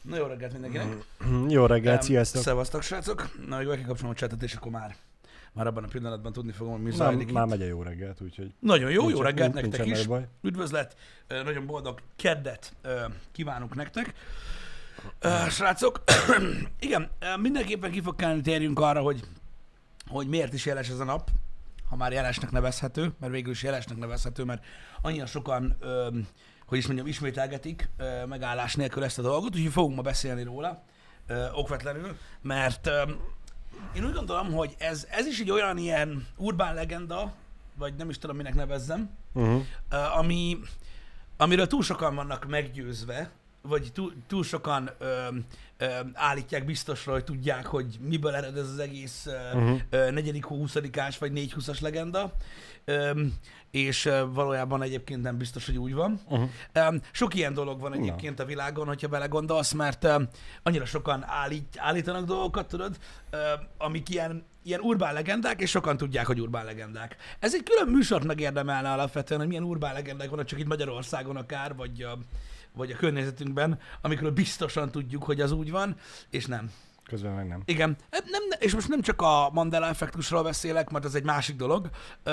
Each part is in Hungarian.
Na, jó reggelt mindenkinek. Jó reggelt, sziasztok. Szevasztok, srácok. Na, még kikapcsolom a csetet, és akkor már abban a pillanatban tudni fogom, hogy mi zajlik Már itt. megy a jó reggelt, úgyhogy... Nagyon jó, jó Nincs- reggelt nincs- nektek nincsen is. baj. Üdvözlet, nagyon boldog keddet kívánunk nektek. Srácok, igen, mindenképpen ki fog kellene térjünk arra, hogy miért is jeles ez a nap, ha már jelesnek nevezhető, mert végül is jelesnek nevezhető, mert annyira sokan, hogy is mondjam, ismételgetik megállás nélkül ezt a dolgot, úgyhogy fogunk ma beszélni róla okvetlenül, mert én úgy gondolom, hogy ez is egy olyan ilyen urbán legenda, vagy nem is tudom, minek nevezzem, amiről túl sokan vannak meggyőzve, vagy túl sokan állítják biztosra, hogy tudják, hogy miből ered ez az egész 4. hó 20-ás vagy 4-20-as legenda, és valójában egyébként nem biztos, hogy úgy van. Sok ilyen dolog van egyébként a világon, hogyha belegondolsz, mert annyira sokan állítanak dolgokat, tudod, amik ilyen urbán legendák, és sokan tudják, hogy urbán legendák. Ez egy külön műsort megérdemelne alapvetően, hogy milyen urbán legendák vannak csak itt Magyarországon akár, vagy a környezetünkben, amikről biztosan tudjuk, hogy az úgy van, és nem. Közben meg nem. Igen, és most nem csak a Mandela effektusról beszélek, mert az egy másik dolog,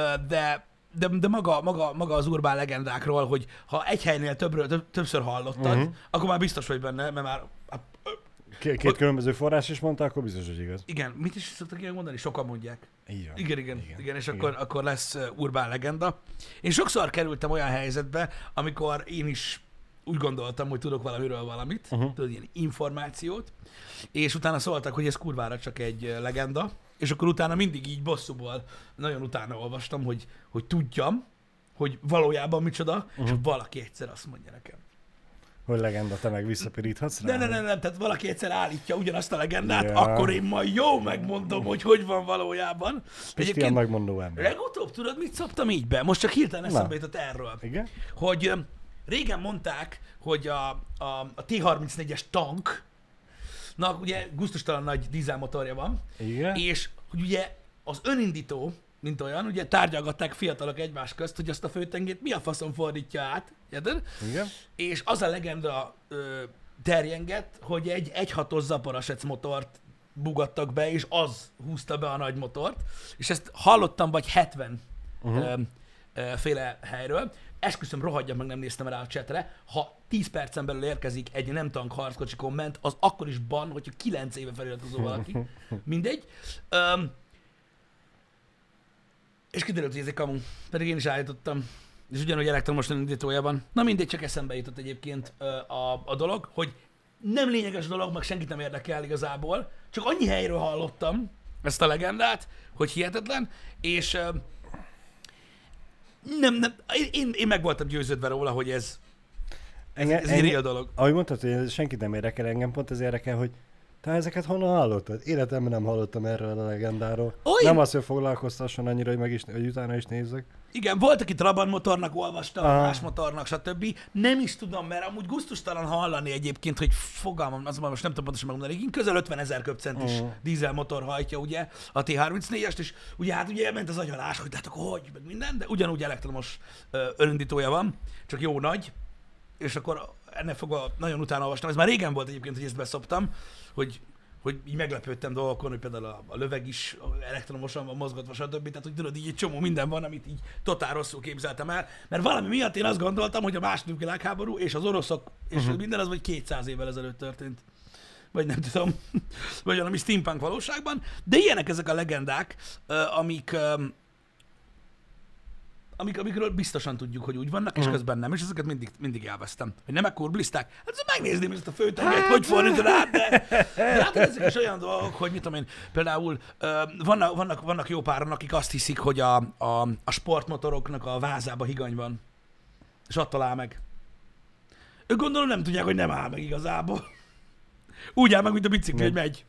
de maga az urbán legendákról, hogy ha egy helynél többször hallottad, akkor már biztos vagy benne, mert már... Két különböző forrás is mondta, akkor biztos, hogy igaz. Igen, mit is szoktak ilyen mondani? Sokan mondják. Így van. Igen, és akkor lesz urbán legenda. Én sokszor kerültem olyan helyzetbe, amikor én is úgy gondoltam, hogy tudok valamiről valamit, tudod, ilyen információt, és utána szóltak, hogy ez kurvára csak egy legenda, és akkor utána mindig így bosszúból nagyon utána olvastam, hogy tudjam, hogy valójában micsoda, és valaki egyszer azt mondja nekem. Hogy legenda, te meg visszapiríthatsz rá? Nem, tehát valaki egyszer állítja ugyanazt a legendát, Ja. akkor én majd jó megmondom, hogy van valójában. Pisti a megmondó ember. Legutóbb tudod, mit szoptam így be? Most csak hirtelen eszembe jutott erről. Igen? Hogy régen mondták, hogy a T-34-es tanknak ugye gusztustalan nagy dízelmotorja van, Igen? és hogy ugye az önindító, mint olyan, ugye tárgyalgatták fiatalok egymás közt, hogy azt a főtengét mi a faszon fordítja át, érted? Igen? És az a legenda terjengett, hogy egy 1.6-os Zaporasec motort bugattak be, és az húzta be a nagy motort, és ezt hallottam vagy 70 féle helyről. Esküszöm, rohadjam meg, nem néztem rá a csetre. Ha 10 percen belül érkezik egy nem tank harckocsi komment, az akkor is ban, hogyha 9 éve feliratkozó valaki. Mindegy. És kiderült, hogy ez egy kamu. Pedig én is állítottam. És ugyanúgy elektromos indítójában. Na mindegy, csak eszembe jutott egyébként a dolog, hogy nem lényeges dolog, meg senkit nem érdekel igazából. Csak annyi helyről hallottam ezt a legendát, hogy hihetetlen, és én meg voltam győződve róla, hogy ez egy real dolog. Ahogy mondtad, hogy ez senkit nem érdekel, engem pont ez érdekel, hogy te ezeket honnan hallottad? Életemben nem hallottam erről a legendáról. Nem az, hogy foglalkoztasson annyira, hogy utána is nézzek. Igen, voltak itt Trabant motornak olvastam, más motornak, stb. Nem is tudom, mert amúgy gusztustalan hallani egyébként, hogy fogalmam, az most nem tudom pontosan megmondani, közel 50 000 köbcentis dízelmotor hajtja ugye a T-34-est, és ugye hát ugye elment az agyalás, hogy hát akkor hogy, meg minden, de ugyanúgy elektromos önindítója van, csak jó nagy, és akkor ennek fogva nagyon utána olvastam. Ez már régen volt egyébként, hogy ezt beszoptam, hogy így meglepődtem dolgokon, hogy például a löveg is elektromosan van mozgatva, stb. Tehát, hogy tudod, így egy csomó minden van, amit így totál rosszul képzeltem el, mert valami miatt én azt gondoltam, hogy a második világháború és az oroszok és minden az vagy 200 évvel ezelőtt történt. Vagy nem tudom, vagy valami steampunk valóságban, de ilyenek ezek a legendák, amikről biztosan tudjuk, hogy úgy vannak, és közben nem, és ezeket mindig élveztem. Hogy nem kurbliszták? Hát megnézném ezt a főtenget, hogy fordítod át, de hát ezek is olyan dolgok, hogy mit tudom én, például vannak jó páran, akik azt hiszik, hogy a sportmotoroknak a vázába higany van, és attól áll meg. Ők gondolom nem tudják, hogy nem áll meg igazából. Úgy áll meg, mint a bicikli, hogy megy.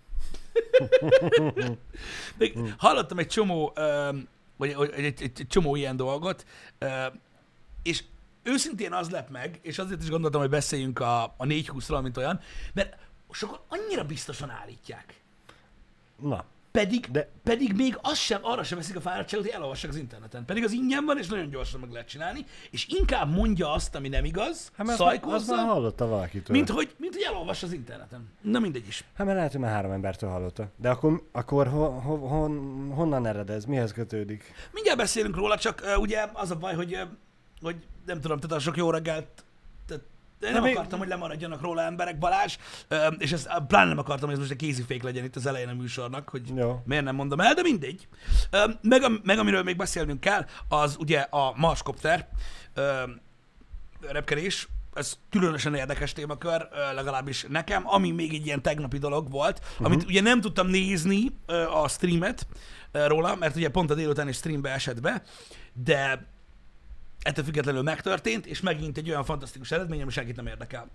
De hallottam egy csomó vagy egy csomó ilyen dolgot, és őszintén az lep meg, és azért is gondoltam, hogy beszéljünk a 420-ról, mint olyan, mert sokan annyira biztosan állítják. Na. Pedig még az sem, arra sem veszik a fáradtságot, hogy elolvassák az interneten. Pedig az ingyen van, és nagyon gyorsan meg lehet csinálni, és inkább mondja azt, ami nem igaz, szajkózza, azt már hallotta valakitől. mint hogy elolvass az interneten. Na mindegy is. Hát mert lehet, hogy már 3 embertől hallotta. De akkor honnan ered ez? Mihez kötődik? Mindjárt beszélünk róla, csak ugye az a baj, hogy nem tudom, tehát a sok jó reggelt, én nem akartam, hogy lemaradjanak róla emberek, Balázs, és ezt pláne nem akartam, hogy ez most egy kézifék legyen itt az elején a műsornak, hogy miért nem mondom el, de mindegy. Meg amiről még beszélnünk kell, az ugye a Marskopter repkedés, ez különösen érdekes témakör, legalábbis nekem, ami még egy ilyen tegnapi dolog volt, amit ugye nem tudtam nézni a streamet róla, mert ugye pont a délutáni streambe esett be, de ettől függetlenül megtörtént, és megint egy olyan fantasztikus eredmény, ami senkit nem érdekel.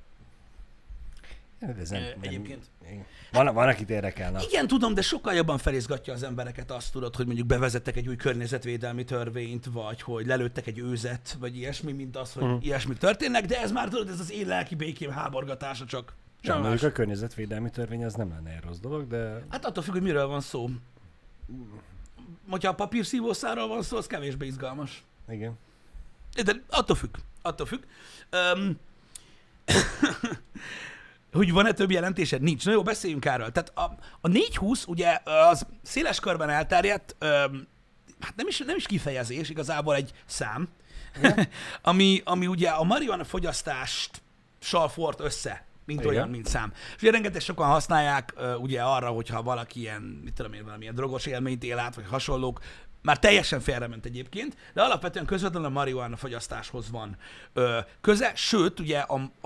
Egyébként. Van, akit érdekelne. Igen, tudom, de sokkal jobban felizgatja az embereket azt, tudod, hogy mondjuk bevezettek egy új környezetvédelmi törvényt, vagy hogy lelőttek egy őzet, vagy ilyesmi, mint az, hogy ilyesmi történnek, de ez már tudod, ez az én lelki békém háborgatása csak. Nem, mondjuk a környezetvédelmi törvény az nem lenne egy rossz dolog, de... Hát attól függ, hogy miről van szó. Hogyha a papírszívószáról van szó, az kevésbé izgalmas. Igen. De attól függ. Hogy van-e több jelentésed? Nincs. Na jó, beszéljünk erről. Tehát a 420 ugye az széles körben elterjedt, hát nem is kifejezés, igazából egy szám, ami ugye a marihuana fogyasztást fort össze, mint igen. Olyan, mint szám. És ugye rengeteg sokan használják ugye arra, hogyha valaki ilyen, mit tudom én, valamilyen drogos élményt él át, vagy hasonlók, már teljesen félrement egyébként, de alapvetően közvetlenül a marihuana fogyasztáshoz van köze, sőt, ugye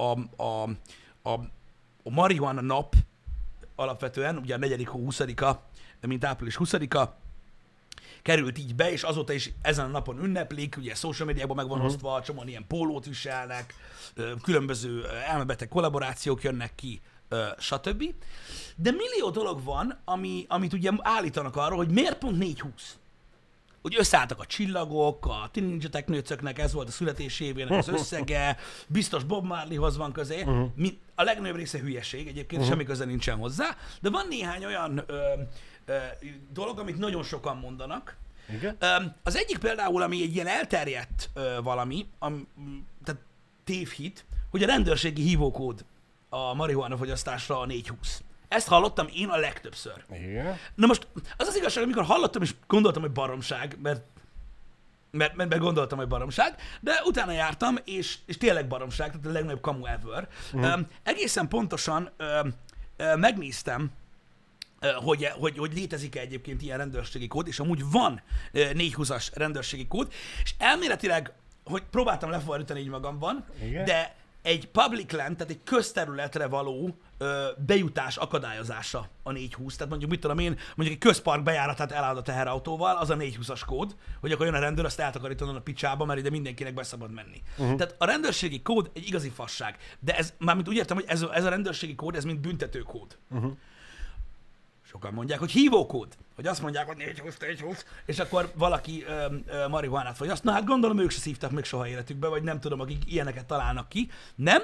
a marihuana nap alapvetően, ugye a 4. hó 20-a, mint április 20-a, került így be, és azóta is ezen a napon ünneplik, ugye social médiában meg van osztva, csomóan ilyen pólót viselnek, különböző elmebeteg kollaborációk jönnek ki, stb. De millió dolog van, amit ugye állítanak arra, hogy miért pont 420. Úgy összeálltak a csillagok, a Teen Ninja Teknőcöknek ez volt a születésévének az összege, biztos Bob Marleyhoz van közé. A legnagyobb része hülyeség, egyébként semmi köze nincsen hozzá, de van néhány olyan dolog, amit nagyon sokan mondanak. Igen? Az egyik például, ami egy ilyen elterjedt valami, tehát tévhit, hogy a rendőrségi hívókód a marihuana fogyasztásra a 420. Ezt hallottam én a legtöbbször. Igen. Na most az az igazság, amikor hallottam, és gondoltam, hogy baromság, mert gondoltam, hogy baromság, de utána jártam, és tényleg baromság, tehát a legnagyobb kamu ever. Egészen pontosan megnéztem, hogy létezik-e egyébként ilyen rendőrségi kód, és amúgy van 420-as rendőrségi kód, és elméletileg, hogy próbáltam lefordítani így magamban, igen. De egy public land, tehát egy közterületre való bejutás akadályozása a 420. Tehát mondjuk, mit tudom én, mondjuk egy közpark bejáratát elállod a teherautóval, az a 420-as kód, hogy akkor jön a rendőr, azt eltakarítanon a picsába, mert ide mindenkinek be szabad menni. Tehát a rendőrségi kód egy igazi fasság. De ez, mármint úgy értem, hogy ez a rendőrségi kód, ez mint büntetőkód. Sokan mondják, hogy hívókód. Hogy azt mondják, hogy 420, és akkor valaki marihuánát fogyaszt. Na hát gondolom, ők se szívtak még soha életükbe, vagy nem tudom, akik ilyeneket találnak ki. Nem.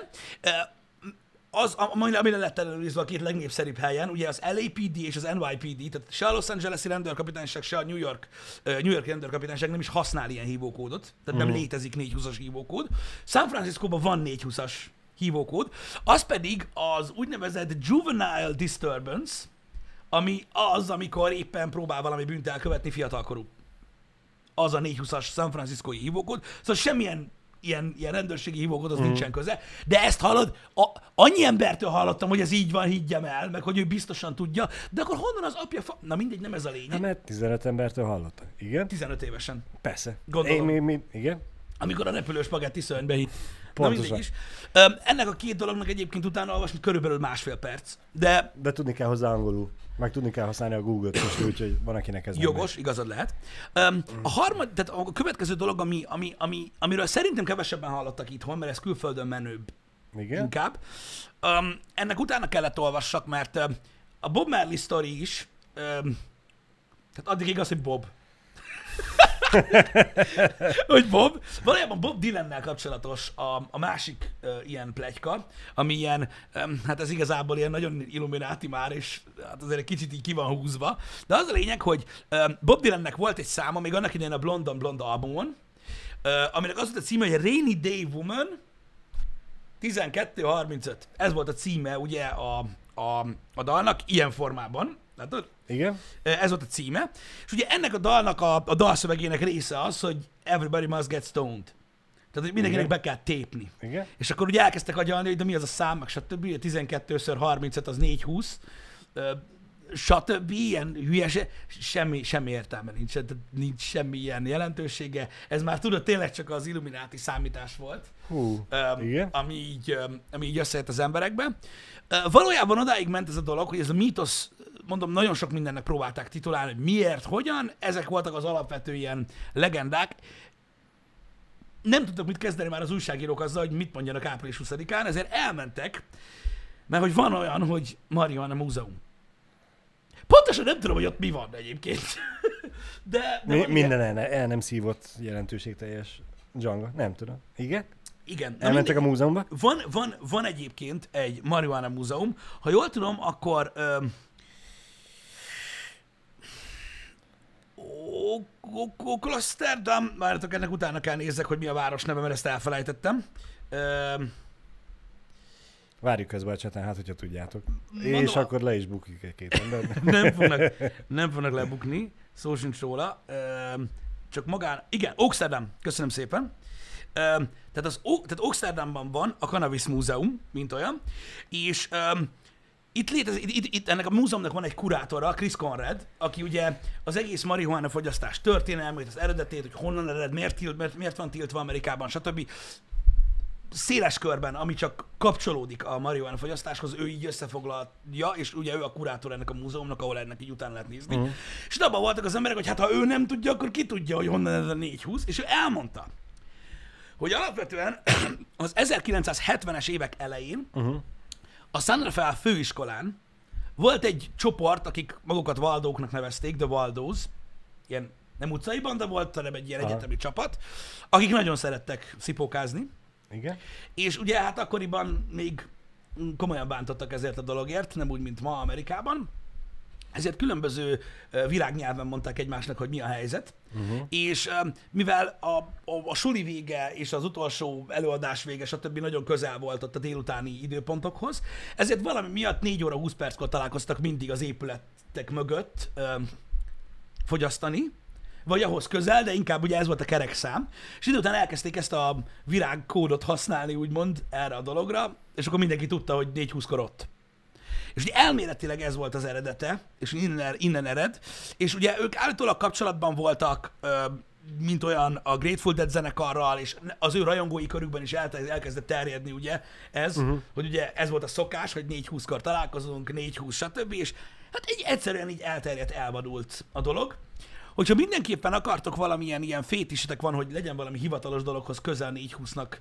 Az, amire lett ellenőrizve a két legnépszerűbb helyen, ugye az LAPD és az NYPD, tehát se a Los Angeles-i rendőrkapitányság, se a New York rendőrkapitányság nem is használ ilyen hívókódot, tehát nem létezik 420-as hívókód. San Franciscóban van 420-as hívókód, az pedig az úgynevezett Juvenile Disturbance, ami az, amikor éppen próbál valami bűnt elkövetni fiatalkorú. Az a 420-as San Franciscói hívókód. Szóval semmilyen ilyen rendőrségi hívókód, az nincsen köze. De ezt hallod, annyi embertől hallottam, hogy ez így van, higgyem el, meg hogy ő biztosan tudja, de akkor honnan az apja Na mindegy, nem ez a lényeg. Mert 15 embertől hallottam. Igen? 15 évesen. Persze. Gondolom. Igen? Amikor a repülős spagetti szörnybe hitt. Pontosan. Na mindegy is. Ennek a két dolognak egyébként utána olvasni körülbelül 1,5 perc. De tudni kell hozzá angolul. Meg tudni kell használni a Google-t is, úgyhogy van, akinek ez jogos, igazad lehet. Tehát a következő dolog, amiről szerintem kevesebben hallottak itthon, mert ez külföldön menőbb. Igen? Inkább. Ennek utána kellett olvassak, mert a Bob Marley sztori is, tehát addig igaz, hogy Bob. hogy valójában Bob Dylannel kapcsolatos a másik ilyen pletyka, ami ilyen, hát ez igazából ilyen nagyon illumináti már, és hát azért egy kicsit így ki van húzva, de az a lényeg, hogy Bob Dylannek volt egy száma, még annak idején a Blonde on Blonde albumon, aminek az volt a címe, hogy Rainy Day Woman 12:35. Ez volt a címe ugye a dalnak, ilyen formában. Látod? Igen. Ez volt a címe. És ugye ennek a dalnak a dalszövegének része az, hogy everybody must get stoned. Tehát, hogy mindenkinek be kell tépni. Igen. És akkor ugye elkezdtek agyalni, hogy de mi az a szám, meg stb. 12x35 az 420. Stb. Ilyen hülyeség, semmi értelme nincs, nincs semmi ilyen jelentősége. Ez már tudod, tényleg csak az Illumináti számítás volt, ami így összejött az emberekbe. Valójában odáig ment ez a dolog, hogy ez a mítosz, mondom, nagyon sok mindennek próbálták titulálni, hogy miért, hogyan, ezek voltak az alapvető ilyen legendák. Nem tudtak mit kezdeni már az újságírók azzal, hogy mit mondjanak április 20-án, ezért elmentek, mert hogy van olyan, hogy Marihuana Múzeum. Pontosan nem tudom, hogy ott mi van egyébként. De minden el nem szívott jelentőségteljes dzsanga. Nem tudom. Igen? Igen. Elmentek a múzeumba? Van egyébként egy Marihuana Múzeum. Ha jól tudom, akkor Oklahoma, várjatok, ennek utána kell nézzek, hogy mi a város neve, mert ezt elfelejtettem. Várjuk közben a csatán, hát hogyha tudjátok. Mondom, és akkor le is bukjuk egy-két ember. nem fognak lebukni, szó sincs róla. Csak magán... Igen, Oxfordham, köszönöm szépen. Tehát Oxfordhamban van a Cannabis Múzeum, mint olyan, és itt ennek a múzeumnak van egy kurátora, Chris Conrad, aki ugye az egész marihuána fogyasztás történelmét, az eredetét, hogy honnan ered, miért van tiltva Amerikában, stb. Széles körben, ami csak kapcsolódik a marihuána fogyasztáshoz, ő így összefoglalja, és ugye ő a kurátor ennek a múzeumnak, ahol ennek így utána lehet nézni. Uh-huh. És abban voltak az emberek, hogy hát ha ő nem tudja, akkor ki tudja, hogy honnan ez a 420, és ő elmondta, hogy alapvetően az 1970-es évek elején a San Rafael főiskolán volt egy csoport, akik magukat Waldóknak nevezték, The Waldos, ilyen nem utcai banda volt, hanem egy ilyen egyetemi csapat, akik nagyon szerettek szipókázni. Igen. És ugye hát akkoriban még komolyan bántottak ezért a dologért, nem úgy, mint ma Amerikában. Ezért különböző virágnyelven mondták egymásnak, hogy mi a helyzet. És mivel a suli vége és az utolsó előadás vége, stb. Nagyon közel volt ott a délutáni időpontokhoz, ezért valami miatt 4 óra 20 perckor találkoztak mindig az épületek mögött fogyasztani, vagy ahhoz közel, de inkább ugye ez volt a kerekszám, és idő után elkezdték ezt a virágkódot használni, úgymond, erre a dologra, és akkor mindenki tudta, hogy 4:20-kor ott. És ugye elméletileg ez volt az eredete, és innen ered, és ugye ők állítólag kapcsolatban voltak, mint olyan a Grateful Dead zenekarral, és az ő rajongói körükben is elkezdett terjedni ugye ez, hogy ugye ez volt a szokás, hogy 4:20-kor találkozunk, 4:20, stb. És hát egyszerűen így elterjedt, elvadult a dolog. Hogyha mindenképpen akartok valamilyen ilyen fétisetek van, hogy legyen valami hivatalos dologhoz közel 4:20-nak,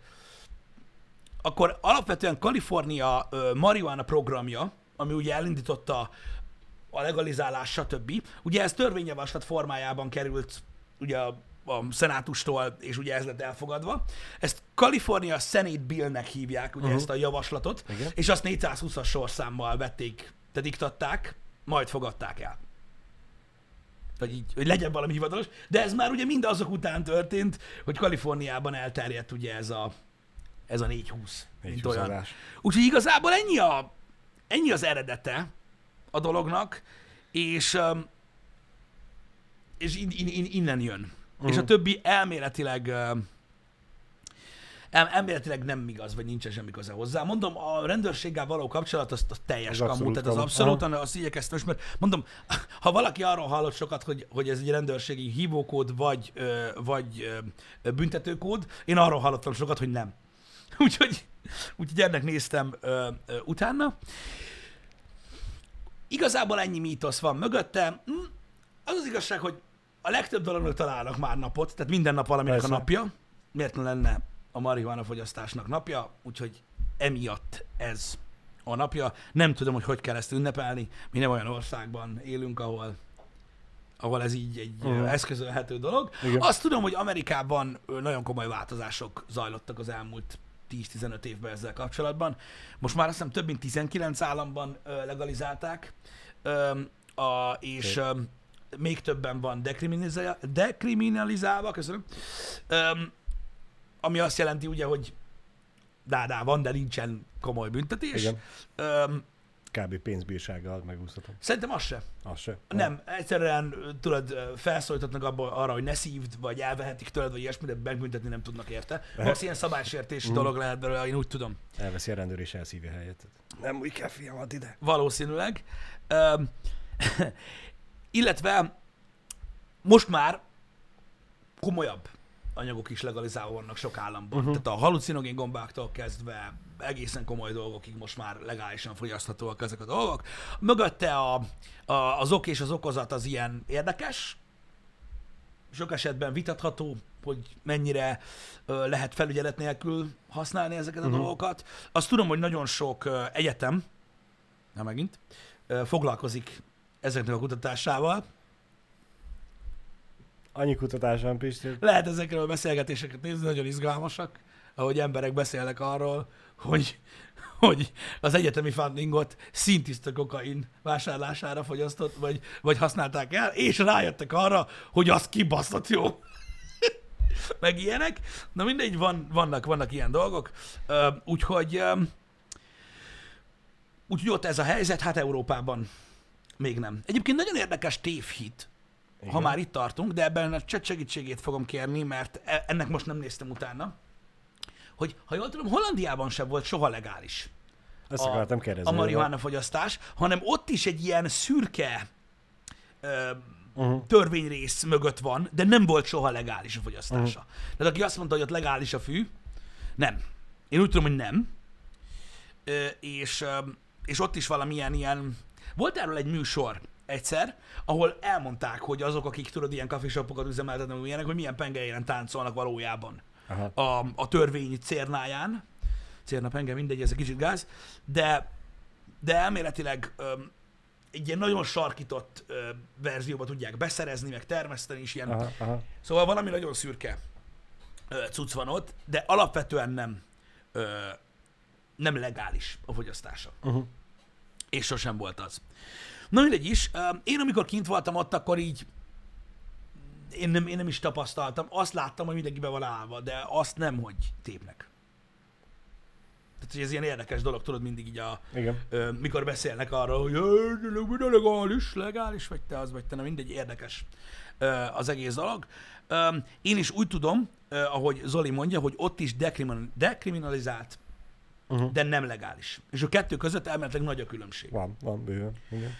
akkor alapvetően Kalifornia marihuana programja, ami ugye elindította a legalizálás, stb. Ugye ez törvényjavaslat formájában került ugye a szenátustól, és ugye ez lett elfogadva. Ezt California Senate Bill-nek hívják, ugye ezt a javaslatot, igen. És azt 420-as sorszámmal vették, tehát iktatták, majd fogadták el. Vagy így, hogy legyen valami hivatalos, de ez már ugye mind azok után történt, hogy Kaliforniában elterjedt ugye ez a 420. Úgyhogy igazából ennyi az eredete a dolognak, és innen jön. És a többi elméletileg nem igaz, vagy nincsen semmi köze hozzá. Mondom, a rendőrséggel való kapcsolat az teljes kamu, tehát az abszolút, azt igyekeztem most, mert mondom, ha valaki arról hallott sokat, hogy ez egy rendőrségi hívókód, vagy büntetőkód, én arról hallottam sokat, hogy nem. Úgyhogy ennek néztem utána. Igazából ennyi mítosz van mögötte. Az igazság, hogy a legtöbb dolognak találnak már napot, tehát minden nap valaminek a napja. Miért ne lenne a marihuana fogyasztásnak napja, úgyhogy emiatt ez a napja. Nem tudom, hogy kell ezt ünnepelni. Mi nem olyan országban élünk, ahol ahol ez így egy eszközölhető dolog. Igen. Azt tudom, hogy Amerikában nagyon komoly változások zajlottak az elmúlt 10-15 évben ezzel kapcsolatban. Most már azt hiszem több mint 19 államban legalizálták, és még többen van dekriminalizálva, köszönöm. Ami azt jelenti ugye, hogy van, de nincsen komoly büntetés. Igen. Kb. Pénzbírsággal megúszhatom. Szerintem az se. Az se. Nem, egyszerűen tudod, felszólítatnak arra, hogy ne szívd, vagy elvehetik tőled, vagy ilyesmi, de megbüntetni nem tudnak érte. Max ilyen szabálysértési dolog lehet belőle, én úgy tudom. Elveszi a rendőr és elszívja helyet. Nem úgy kell, fiam, add ide. Valószínűleg. Illetve most már komolyabb anyagok is legalizálva vannak sok államban. Tehát a halucinogén gombáktól kezdve egészen komoly dolgokig most már legálisan fogyaszthatóak ezek a dolgok. Mögötte az ok és az okozat az ilyen érdekes, sok esetben vitatható, hogy mennyire lehet felügyelet nélkül használni ezeket a dolgokat. Azt tudom, hogy nagyon sok egyetem, foglalkozik ezeknek a kutatásával. Annyi kutatás van, Pisti. Lehet ezekről a beszélgetéseket nézni, nagyon izgalmasak, ahogy emberek beszélnek arról, hogy az egyetemi fundingot színtiszta kokain vásárlására fogyasztott, vagy használták el, és rájöttek arra, hogy az kibaszott jó. Meg ilyenek. Na mindegy, vannak ilyen dolgok. Úgyhogy ott ez a helyzet, hát Európában még nem. Egyébként nagyon érdekes tévhit, igen, ha már itt tartunk, de ebben a chat segítségét fogom kérni, mert ennek most nem néztem utána, hogy ha jól tudom, Hollandiában sem volt soha legális a marihuána fogyasztás, hanem ott is egy ilyen szürke törvényrész mögött van, de nem volt soha legális a fogyasztása. Tehát aki azt mondta, hogy ott legális a fű, nem. Én úgy tudom, hogy nem. És ott is valamilyen ilyen... Volt erről egy műsor egyszer, ahol elmondták, hogy azok, akik tudod, ilyen coffeeshopokat üzemeltetnek, ilyenek, hogy milyen pengeéren táncolnak valójában a törvény cérnáján. Cérna penge, mindegy, ez egy kicsit gáz, de elméletileg egy ilyen nagyon sarkított verzióba tudják beszerezni, meg termeszteni is ilyen. Szóval valami nagyon szürke cucc van ott, de alapvetően nem legális a fogyasztása. És sosem volt az. Na mindegy is, én amikor kint voltam ott, akkor így én nem is tapasztaltam. Azt láttam, hogy mindenki be van állva, de azt nem, hogy tépnek. Tehát, hogy ez ilyen érdekes dolog, tudod, mindig így mikor beszélnek arról, hogy legális vagy te az, vagy te, nem mindegy, érdekes az egész dolog. Én is úgy tudom, ahogy Zoli mondja, hogy ott is dekriminalizált, de nem legális. És a kettő között elméletileg nagy a különbség. Van bőven. Igen.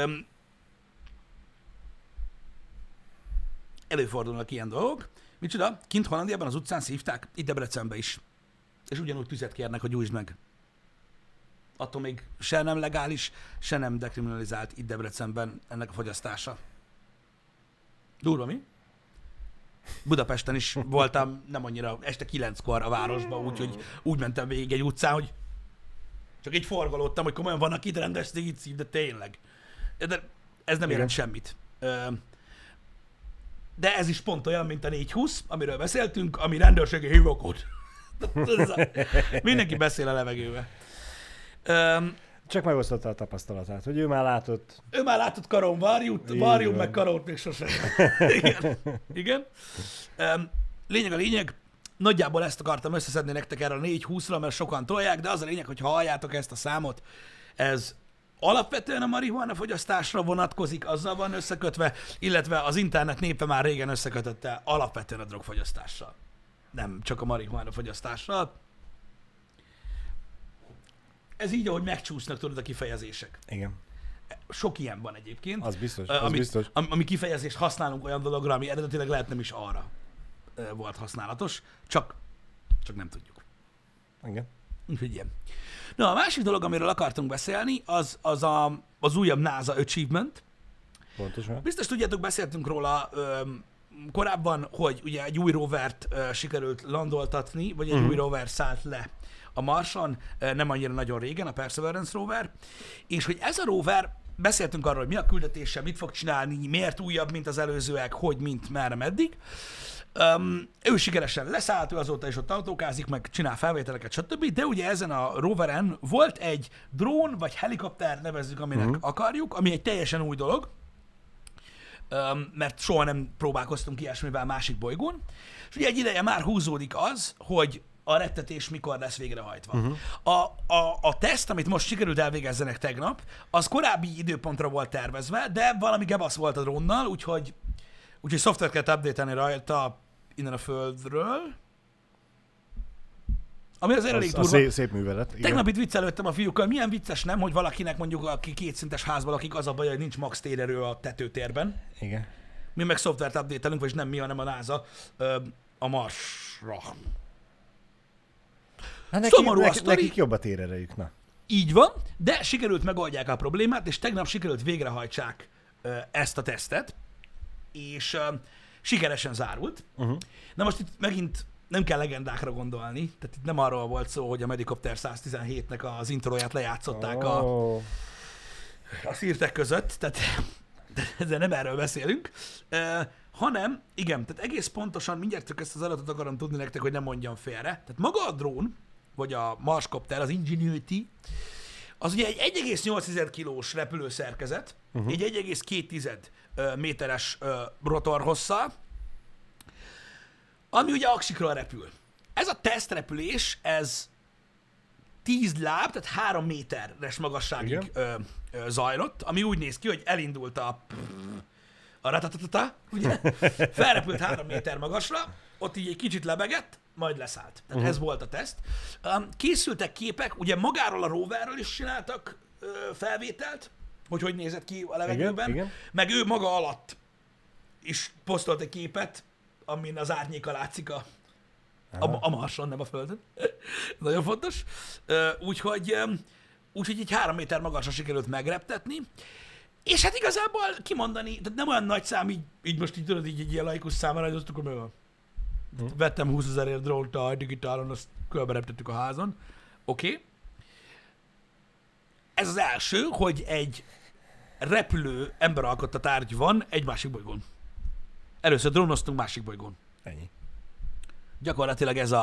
Előfordulnak ilyen dolgok. Micsoda? Kint Hollandiában az utcán szívták, itt Debrecenben is. És ugyanúgy tüzet kérnek, hogy gyújtsd meg. Attól még se nem legális, se nem dekriminalizált itt Debrecenben ennek a fogyasztása. Durva, mi? Budapesten is voltam nem annyira este 9-kor a városban, úgyhogy úgy mentem végig egy utcán, hogy csak így forgolódtam, hogy komolyan vannak itt rendes szív, de tényleg. De ez nem jelent semmit. De ez is pont olyan, mint a 420, amiről beszéltünk, ami rendőrségi hívókód. Mindenki beszél a levegőbe. Csak megosztotta a tapasztalatát, hogy ő már látott. Ő már látott Karon varjút, meg Karót még sosem. Igen. Lényeg a lényeg, nagyjából ezt akartam összeszedni nektek erre a 420-ra, mert sokan tolják, de az a lényeg, hogy ha halljátok ezt a számot, ez alapvetően a marihuána fogyasztásra vonatkozik, azzal van összekötve, illetve az internet népe már régen összekötötte alapvetően a drogfogyasztással. Nem csak a marihuána fogyasztással. Ez így, ahogy megcsúsznak, tudod, a kifejezések. Igen. Sok ilyen van egyébként. Az biztos, biztos. Ami kifejezést használunk olyan dologra, ami eredetileg lehet nem is arra volt használatos, csak nem tudjuk. Igen. Úgyhogy ilyen. Na, a másik dolog, amiről akartunk beszélni, az újabb NASA Achievement. Pontosan. Biztos tudjátok, beszéltünk róla korábban, hogy ugye egy új rovert sikerült landoltatni, vagy egy új rover szállt le a Marson, nem annyira nagyon régen, a Perseverance rover, és hogy ez a rover beszéltünk arról, hogy mi a küldetése, mit fog csinálni, miért újabb, mint az előzőek, hogy, mint, merre, meddig. Ő sikeresen leszállt, ő azóta is ott autókázik, meg csinál felvételeket, stb. De ugye ezen a roveren volt egy drón, vagy helikopter, nevezzük, aminek akarjuk, ami egy teljesen új dolog, mert soha nem próbálkoztunk ilyesmivel másik bolygón. És ugye egy ideje már húzódik az, hogy a rettetés mikor lesz végrehajtva. A teszt, amit most sikerült elvégezzenek tegnap, az korábbi időpontra volt tervezve, de valami gebasz volt a drónnal, úgyhogy szoftvert kellett update-elni rajta innen a Földről. Ami azért elég durva. Szép művelet. Igen. Tegnap itt viccelődtem a fiúkkal, milyen vicces nem, hogy valakinek mondjuk, aki kétszintes házban lakik, az a baj, hogy nincs max térerő a tetőtérben. Igen. Mi meg szoftvert update-elünk, vagyis nem mi, hanem a NASA a Marsra. Szomorú a sztori. Nekik jobb a térerejük, na. Így van, de sikerült megoldják a problémát, és tegnap sikerült végrehajtsák ezt a tesztet, és sikeresen zárult. Na most itt megint nem kell legendákra gondolni, tehát itt nem arról volt szó, hogy a Medicopter 117-nek az introját lejátszották a szírtek között, tehát ezzel nem erről beszélünk, hanem, igen, tehát egész pontosan, mindjárt csak ezt az adatot akarom tudni nektek, hogy nem mondjam félre. Tehát maga a drón, vagy a Marskopter, az Ingenuity, az ugye egy 1,8 kilós repülőszerkezet, egy 1,2 méteres rotorhosszal, ami ugye aksikról repül. Ez a tesztrepülés, ez 10 láb, tehát 3 méteres magasságig zajlott, ami úgy néz ki, hogy elindult a ratatatata, ugye? Felrepült 3 méter magasra, ott így egy kicsit lebegett, majd leszállt. Tehát ez volt a teszt. Készültek képek, ugye magáról a roverről is csináltak felvételt, hogy nézett ki a levegőben, igen. Meg ő maga alatt is posztolt egy képet, amin az árnyéka látszik a Marson, nem a Földön. Nagyon fontos. Úgyhogy egy 3 méter magasra sikerült megreptetni, és hát igazából kimondani, tehát nem olyan nagy szám, így most így tudod, így egy ilyen laikus számára, hogy azt akkor mi van? Vettem 20 000-ért drónt a digitálon, azt körbereptettük a házon. Oké. Ez az első, hogy egy repülő emberalkotta tárgy van egy másik bolygón. Először drónoztunk másik bolygón. Ennyi. Gyakorlatilag ez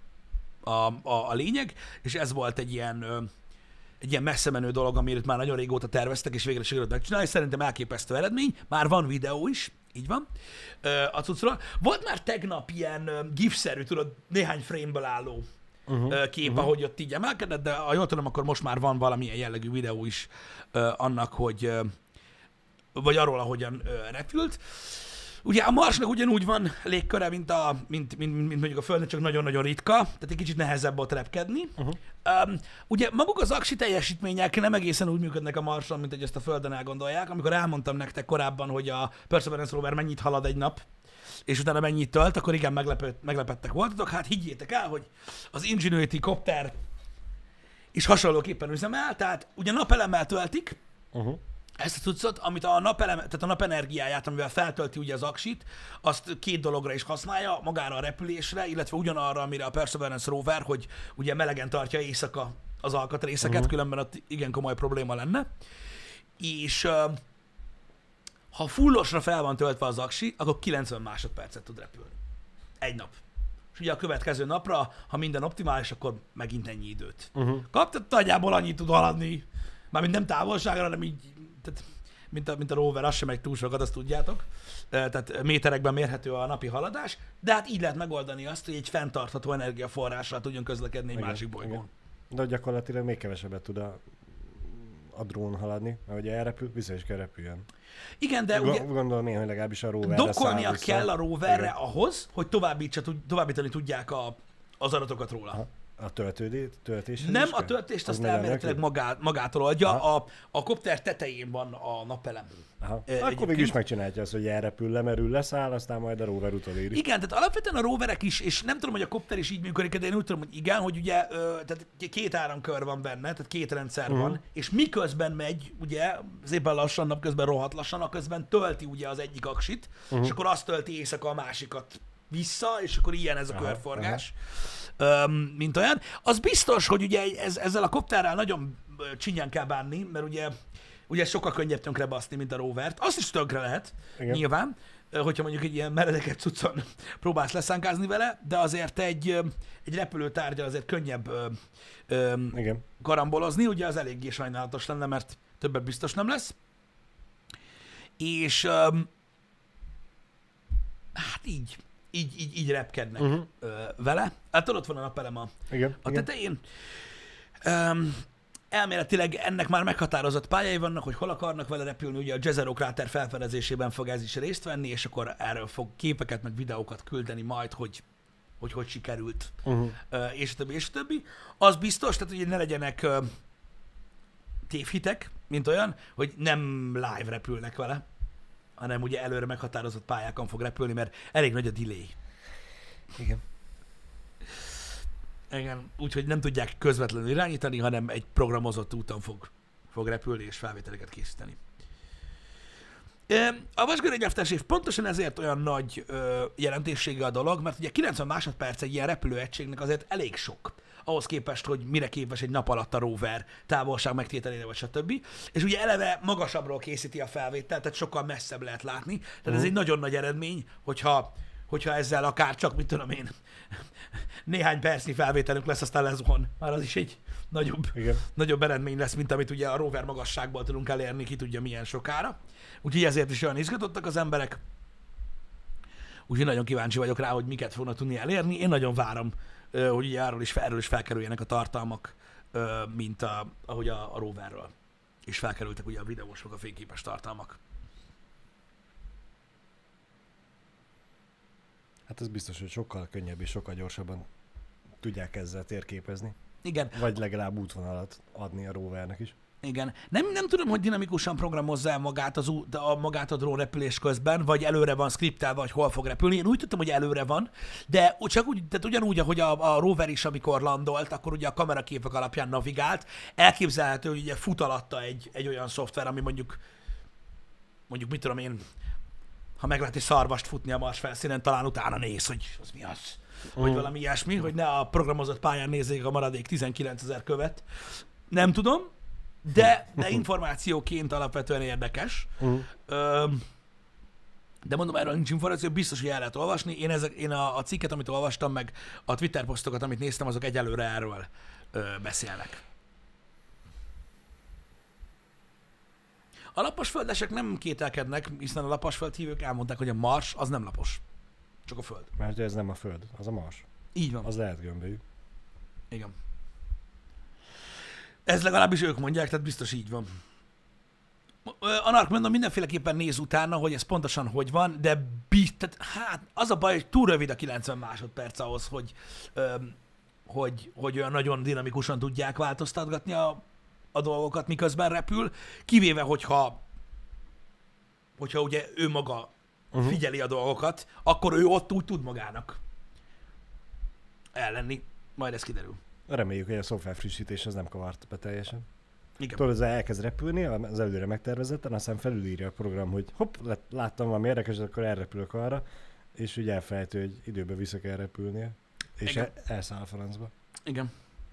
a lényeg, és ez volt egy ilyen messze menő dolog, amit már nagyon régóta terveztek, és végre sikerült megcsinálni. Szerintem elképesztő eredmény. Már van videó is, így van, a cuccról. Volt már tegnap ilyen gif-szerű, tudod, néhány frame-ből álló kép, ahogy ott így emelkedett, de ha jól tudom, akkor most már van valamilyen jellegű videó is annak, hogy vagy arról, ahogyan repült. Ugye a Marsnak ugyanúgy van légköre, mint mondjuk a Földön, csak nagyon-nagyon ritka, tehát egy kicsit nehezebb ott repkedni. Ugye maguk az aksi teljesítmények nem egészen úgy működnek a Marson, mint hogy ezt a Földön elgondolják. Amikor elmondtam nektek korábban, hogy a Perseverance rover mennyit halad egy nap, és utána mennyit tölt, akkor igen, meglepettek voltatok. Hát higgyétek el, hogy az Ingenuity kopter is hasonlóképpen üzemel, tehát ugye napelemmel töltik, ezt a cuccot, amit tehát a napenergiáját, amivel feltölti ugye az aksit, azt 2 dologra is használja, magára a repülésre, illetve ugyanarra, amire a Perseverance rover, hogy ugye melegen tartja éjszaka az alkatrészeket, különben ott igen komoly probléma lenne. És ha fullosra fel van töltve az aksi, akkor 90 másodpercet tud repülni. Egy nap. És ugye a következő napra, ha minden optimális, akkor megint ennyi időt kap, tehát nagyjából annyit tud haladni, mármint nem távolságra, hanem így, tehát, mint a rover, az sem megy túl sokat, azt tudjátok. Tehát méterekben mérhető a napi haladás, de hát így lehet megoldani azt, hogy egy fenntartható energiaforrással tudjon közlekedni egy másik bolygón. De gyakorlatilag még kevesebbet tud a drón haladni, mert ugye elrepül, vissza is kell repüljön. Igen, de ugye gondolom én, hogy legalábbis a roverre dokkolnia kell a roverre ahhoz, hogy továbbítani tudják az adatokat róla. Aha. A töltés? Nem, a töltést azt elméletileg magától adja. A kopter tetején van a napelem. Akkor mégis megcsinálja azt, hogy elrepül, lemerül, leszáll, aztán majd a rover utoléri. Igen, tehát alapvetően a roverek is, és nem tudom, hogy a kopter is így működik, de én úgy tudom, hogy igen, hogy ugye tehát 2 áramkör van benne, tehát 2 rendszer van, és miközben megy, ugye, szépen lassan, napközben rohadt lassan, aközben tölti ugye az egyik aksit, és akkor azt tölti éjszaka a másikat vissza, és akkor ilyen ez a körforgás. Mint olyan. Az biztos, hogy ugye ezzel a kopterrel nagyon csinyán kell bánni, mert ugye ugye sokkal könnyebb tönkre baszni, mint a rovert. Azt is tönkre lehet, Igen. nyilván, hogyha mondjuk egy ilyen meredeket cuccon próbálsz leszánkázni vele, de azért egy repülőtárgyal azért könnyebb Igen. karambolozni, ugye az eléggé sajnálatos lenne, mert többet biztos nem lesz. És hát így repkednek vele. Hát ott van a napelem a tetején. Elméletileg ennek már meghatározott pályái vannak, hogy hol akarnak vele repülni, ugye a Jezero kráter felfedezésében fog ez is részt venni, és akkor erről fog képeket, meg videókat küldeni majd, hogy sikerült, és a többi, és a többi. Az biztos, tehát hogy ne legyenek tévhitek, mint olyan, hogy nem live repülnek vele, hanem ugye előre meghatározott pályákon fog repülni, mert elég nagy a delay. Igen. Igen, úgyhogy nem tudják közvetlenül irányítani, hanem egy programozott úton fog repülni és felvételeket készíteni. A vasgörényelvtárs év pontosan ezért olyan nagy jelentősége a dolog, mert ugye 90 másodperc egy ilyen repülőegységnek azért elég sok, ahhoz képest, hogy mire képes egy nap alatt a rover távolság megtételére, vagy stb. És ugye eleve magasabbról készíti a felvételt, tehát sokkal messzebb lehet látni. Tehát ez egy nagyon nagy eredmény, hogyha ezzel akár csak, mit tudom én, néhány percnyi felvételünk lesz, aztán lezuhan. Már az is egy nagyobb eredmény lesz, mint amit ugye a rover magasságból tudunk elérni, ki tudja milyen sokára. Úgyhogy ezért is olyan izgatottak az emberek. Úgyhogy nagyon kíváncsi vagyok rá, hogy miket fognak tudni elérni. Én nagyon várom, hogy ugye erről is felkerüljenek a tartalmak, mint ahogy a roverről. És felkerültek ugye a videós, meg a fényképes tartalmak. Hát ez biztos, hogy sokkal könnyebb és sokkal gyorsabban tudják ezzel térképezni. Igen. Vagy legalább útvonalat adni a rovernek is. Igen. Nem tudom, hogy dinamikusan programozza magát a drón repülés közben, vagy előre van skriptelve, vagy hol fog repülni. Én úgy tudtam, hogy előre van, de csak úgy, tehát ugyanúgy, ahogy a rover is, amikor landolt, akkor ugye a kameraképek alapján navigált. Elképzelhető, hogy ugye fut alatta egy olyan szoftver, ami mondjuk mit tudom én, ha meglát egy szarvast futni a Mars felszínen, talán utána néz, hogy az mi az. Vagy valami ilyesmi, hogy ne a programozott pályán nézzék a maradék 19 000 követ. Nem tudom, de információként alapvetően érdekes. De mondom, erről nincs információ, biztos, hogy el lehet olvasni. Én a cikket, amit olvastam, meg a Twitter posztokat, amit néztem, azok egyelőre erről beszélnek. A laposföldesek nem kételkednek, hiszen a laposföld hívők elmondták, hogy a Mars az nem lapos. Csak a Föld. Mert ez nem a Föld, az a Mars. Így van. Az lehet gömbölyű. Igen. Ez legalábbis ők mondják, tehát biztos így van. Annak mondom, mindenféleképpen néz utána, hogy ez pontosan hogy van, de tehát, az a baj, hogy túl rövid a 90 másodperc ahhoz, hogy olyan nagyon dinamikusan tudják változtatgatni a dolgokat, miközben repül, kivéve, hogyha ugye ő maga figyeli a dolgokat, akkor ő ott úgy tud magának ellenni. Majd ez kiderül. Reméljük, hogy a szoftver frissítés az nem kavart be teljesen. Igen. Tudod, elkezd repülni, az előre megtervezetten, aztán felülírja a program, hogy hopp, láttam valami érdekes, akkor elrepülök arra, és úgy elfelejtő, hogy időben vissza kell repülnie, és elszáll a francba. Igen.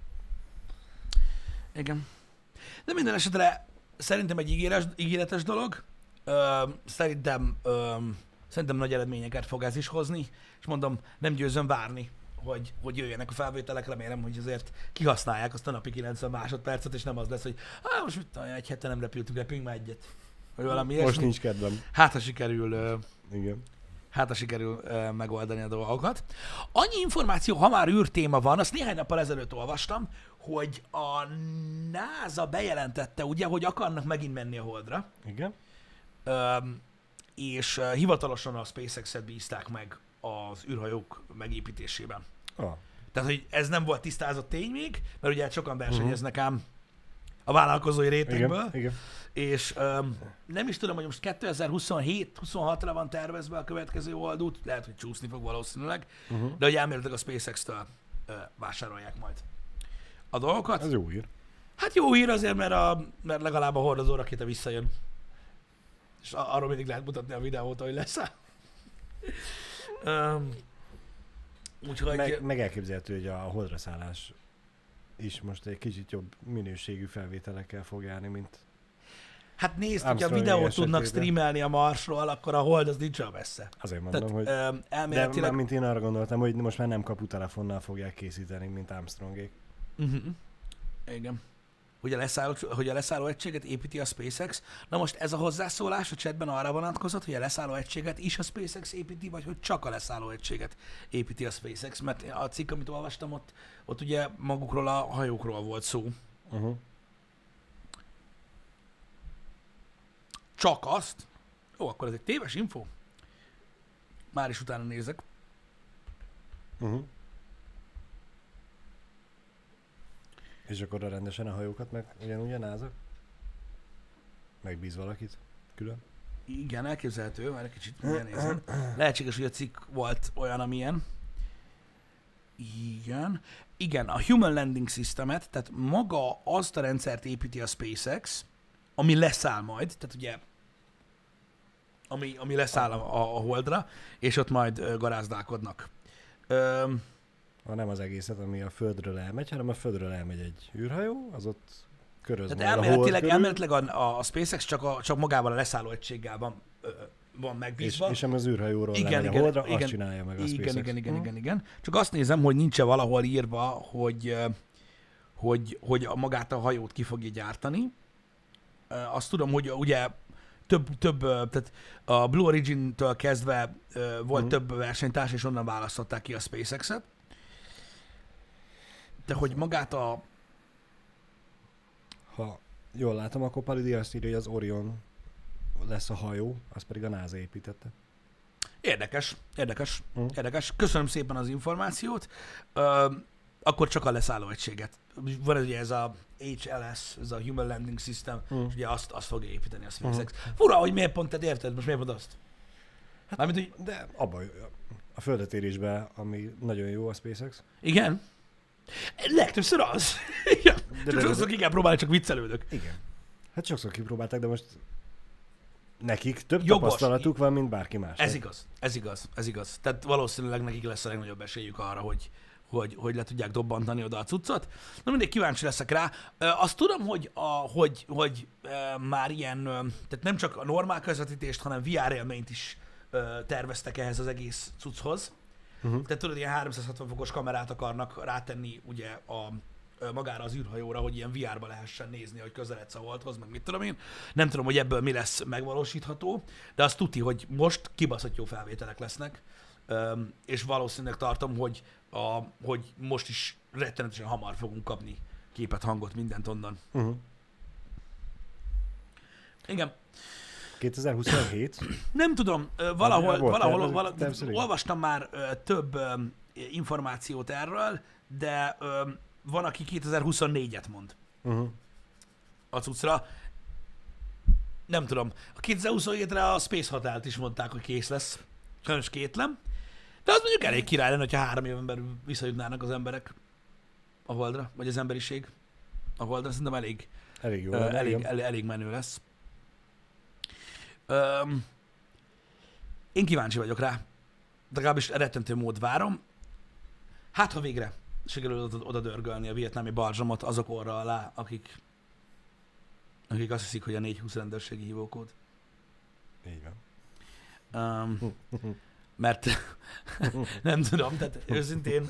De minden esetre szerintem egy ígéretes dolog. Szerintem nagy eredményeket fog ez is hozni, és mondom, nem győzöm várni, hogy jöjjenek a felvételek, remélem, hogy azért kihasználják azt a napi 90 másodpercet, és nem az lesz, hogy most mit tudom, egy hete nem repülünk már egyet. Vagy valami Most nincs kedvem. Hát, ha sikerül, igen. Megoldani a dolgokat. Annyi információ, ha már űrtéma van, azt néhány nappal ezelőtt olvastam, hogy a NASA bejelentette, ugye, hogy akarnak megint menni a Holdra. Igen. És hivatalosan a SpaceX-et bízták meg az űrhajók megépítésében. Tehát, hogy ez nem volt tisztázott tény még, mert ugye sokan versenyeznek ám a vállalkozói rétegből. Igen. És nem is tudom, hogy most 2027-26-ra van tervezve a következő holdút, lehet, hogy csúszni fog valószínűleg, de hogy elméletileg a SpaceX-től vásárolják majd a dolgokat. Ez jó hír. Hát jó hír azért, mert legalább a hordozó rakéta visszajön. És arról mindig lehet mutatni a videót, hogy lesz. Úgyhogy... Meg elképzelhető, hogy a holdra szállás is most egy kicsit jobb minőségű felvételekkel fog járni, mint Hát nézd, hogyha Armstrong videót tudnak esetében. streamelni a Marsról, akkor a Hold az nincs olyan messze. Azért mondom, hogy... Tehát De elméletileg... mint én arra gondoltam, hogy most már nem kaputelefonnal fogják készíteni, mint Armstrongék. Igen. Hogy a leszálló egységet építi a SpaceX. Na most ez a hozzászólás a chatben arra vonatkozott, hogy a leszálló egységet is a SpaceX építi, vagy hogy csak a leszálló egységet építi a SpaceX. Mert a cikk, amit olvastam, ott ugye magukról a hajókról volt szó. Csak azt. Jó, akkor ez egy téves info. Már is utána nézek. És akkor rendesen a hajókat meg ugyanúgy a NASA? Megbíz valakit külön? Igen, elképzelhető, már egy kicsit milyen nézem. Lehetséges, hogy a cikk volt olyan, amilyen. Igen, a Human Landing Systemet, tehát maga azt a rendszert építi a SpaceX, ami leszáll majd, tehát ugye ami leszáll a Holdra, és ott majd garázdálkodnak. Nem az egészet, ami a Földről elmegy, hanem a Földről elmegy egy űrhajó, az ott köröz tehát majd a Hold körül. elméletileg a SpaceX csak magával a leszálló egységgel van megbízva. És ami az űrhajóról lemegy a Holdra, azt csinálja meg a SpaceX. Igen. Csak azt nézem, hogy nincs valahol írva, hogy magát a hajót ki fogja gyártani. Azt tudom, hogy ugye több tehát a Blue Origin-től kezdve volt több versenytárs, és onnan választották ki a SpaceX-et. De hogy magát Ha jól látom, akkor Palidi azt írja, hogy az Orion lesz a hajó, az pedig a NASA építette. Érdekes. Köszönöm szépen az információt. Akkor csak a leszálló egységet. Van ugye ez a HLS, ez a Human Landing System, és ugye azt fogja építeni a SpaceX. Fura, hogy miért pont, te érted? Most miért pont azt? Hát, de abban a földetérésben, ami nagyon jó a SpaceX. Igen? Legtöbbször az. Igen. Csak sokszor ki kell próbálni, csak viccelődök. Igen. Hát sokszor kipróbálták, de most nekik több tapasztalatuk van, mint bárki más. Ez igaz. Tehát valószínűleg nekik lesz a legnagyobb esélyük arra, hogy le tudják dobbantani oda a cuccot. Na mindegy, kíváncsi leszek rá. Azt tudom, hogy már ilyen, tehát nem csak a normál közvetítést, hanem VR élményt is terveztek ehhez az egész cucchoz. Tehát tudod, ilyen 360 fokos kamerát akarnak rátenni ugye magára az űrhajóra, hogy ilyen VR-ba lehessen nézni, hogy közeledsz a Holdhoz, meg mit tudom én. Nem tudom, hogy ebből mi lesz megvalósítható, de azt tuti, hogy most kibaszott jó felvételek lesznek, és valószínűleg tartom, hogy most is rettenetesen hamar fogunk kapni képet, hangot, mindent onnan. Igen. 2027? Nem tudom, valahol olvastam már több információt erről, de van, aki 2024-et mond a cuccra. Nem tudom. A 2027-re a Space Hotelt is mondták, hogy kész lesz. Sajnos kétlem. De az mondjuk elég király lenne, hogyha 3 éven belül visszajutnának az emberek a Holdra, vagy az emberiség a Holdra. Szerintem elég menő lesz. Én kíváncsi vagyok rá. De legalábbis rettentő mód várom. Hát, ha végre sikerül oda dörgölni a vietnámi barzsamot azok orra alá, akik azt hiszik, hogy a 420 rendőrségi hívókód. Így van. Mert nem tudom, tehát őszintén...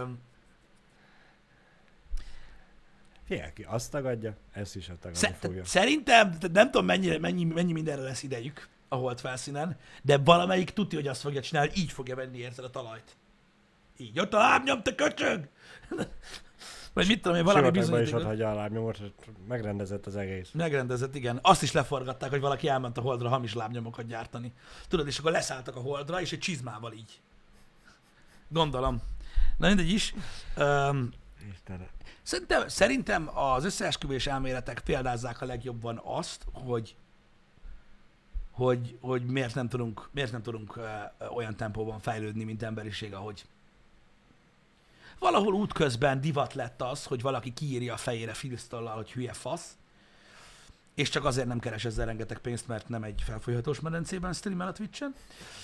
Ki azt tagadja, ezt is tagadni fogja. Szerintem, nem tudom mennyi mindenre lesz idejük a Hold felszínen, de valamelyik tudja, hogy azt fogja csinálni, így fogja venni érted a talajt. Így, ott a lábnyom, te köcsög! Vagy mit tudom én, valami bizonyíték. Is ott hagyja a lábnyomot, megrendezett az egész. Megrendezett, igen. Azt is leforgatták, hogy valaki elment a Holdra hamis lábnyomokat gyártani. Tudod, és akkor leszálltak a Holdra, és egy csizmával így. Gondolom. Na mindegy is. Szerintem az összeesküvés elméletek példázzák a legjobban azt, hogy miért nem tudunk olyan tempóban fejlődni, mint emberiség, ahogy. Valahol útközben divat lett az, hogy valaki kiírja a fejére filztollal, hogy hülye fasz, és csak azért nem keres ezzel rengeteg pénzt, mert nem egy felfolyhatós medencében streamel a Twitch-en.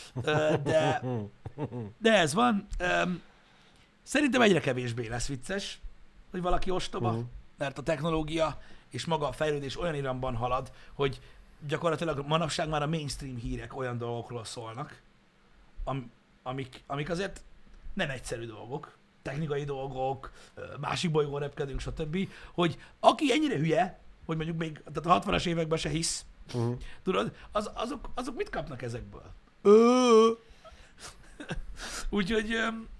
De ez van. Szerintem egyre kevésbé lesz vicces, hogy valaki ostoba, mert a technológia és maga a fejlődés olyan iramban halad, hogy gyakorlatilag manapság már a mainstream hírek olyan dolgokról szólnak, amik azért nem egyszerű dolgok, technikai dolgok, másik bolygón repkedünk, stb., hogy aki ennyire hülye, hogy mondjuk még tehát a 60-as években se hisz, tudod, azok mit kapnak ezekből? Úgyhogy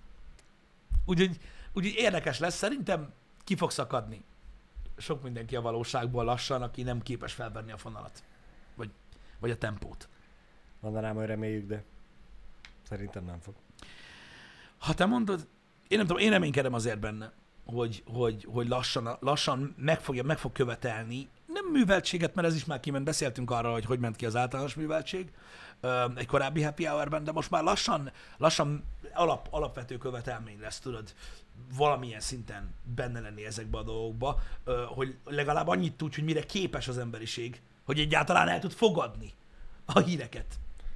érdekes lesz, szerintem ki fog szakadni sok mindenki a valóságból lassan, aki nem képes felvenni a fonalat, vagy a tempót. Mondanám, hogy reméljük, de szerintem nem fog. Ha te mondod, én nem tudom, én reménykedem azért benne, hogy lassan meg fog követelni, nem műveltséget, mert ez is már kiment, beszéltünk arra, hogy ment ki az általános műveltség egy korábbi happy hour-ben, de most már lassan alapvető követelmény lesz, tudod, valamilyen szinten benne lenni ezekbe a dolgokba, hogy legalább annyit tudj, hogy mire képes az emberiség, hogy egyáltalán el tud fogadni a híreket.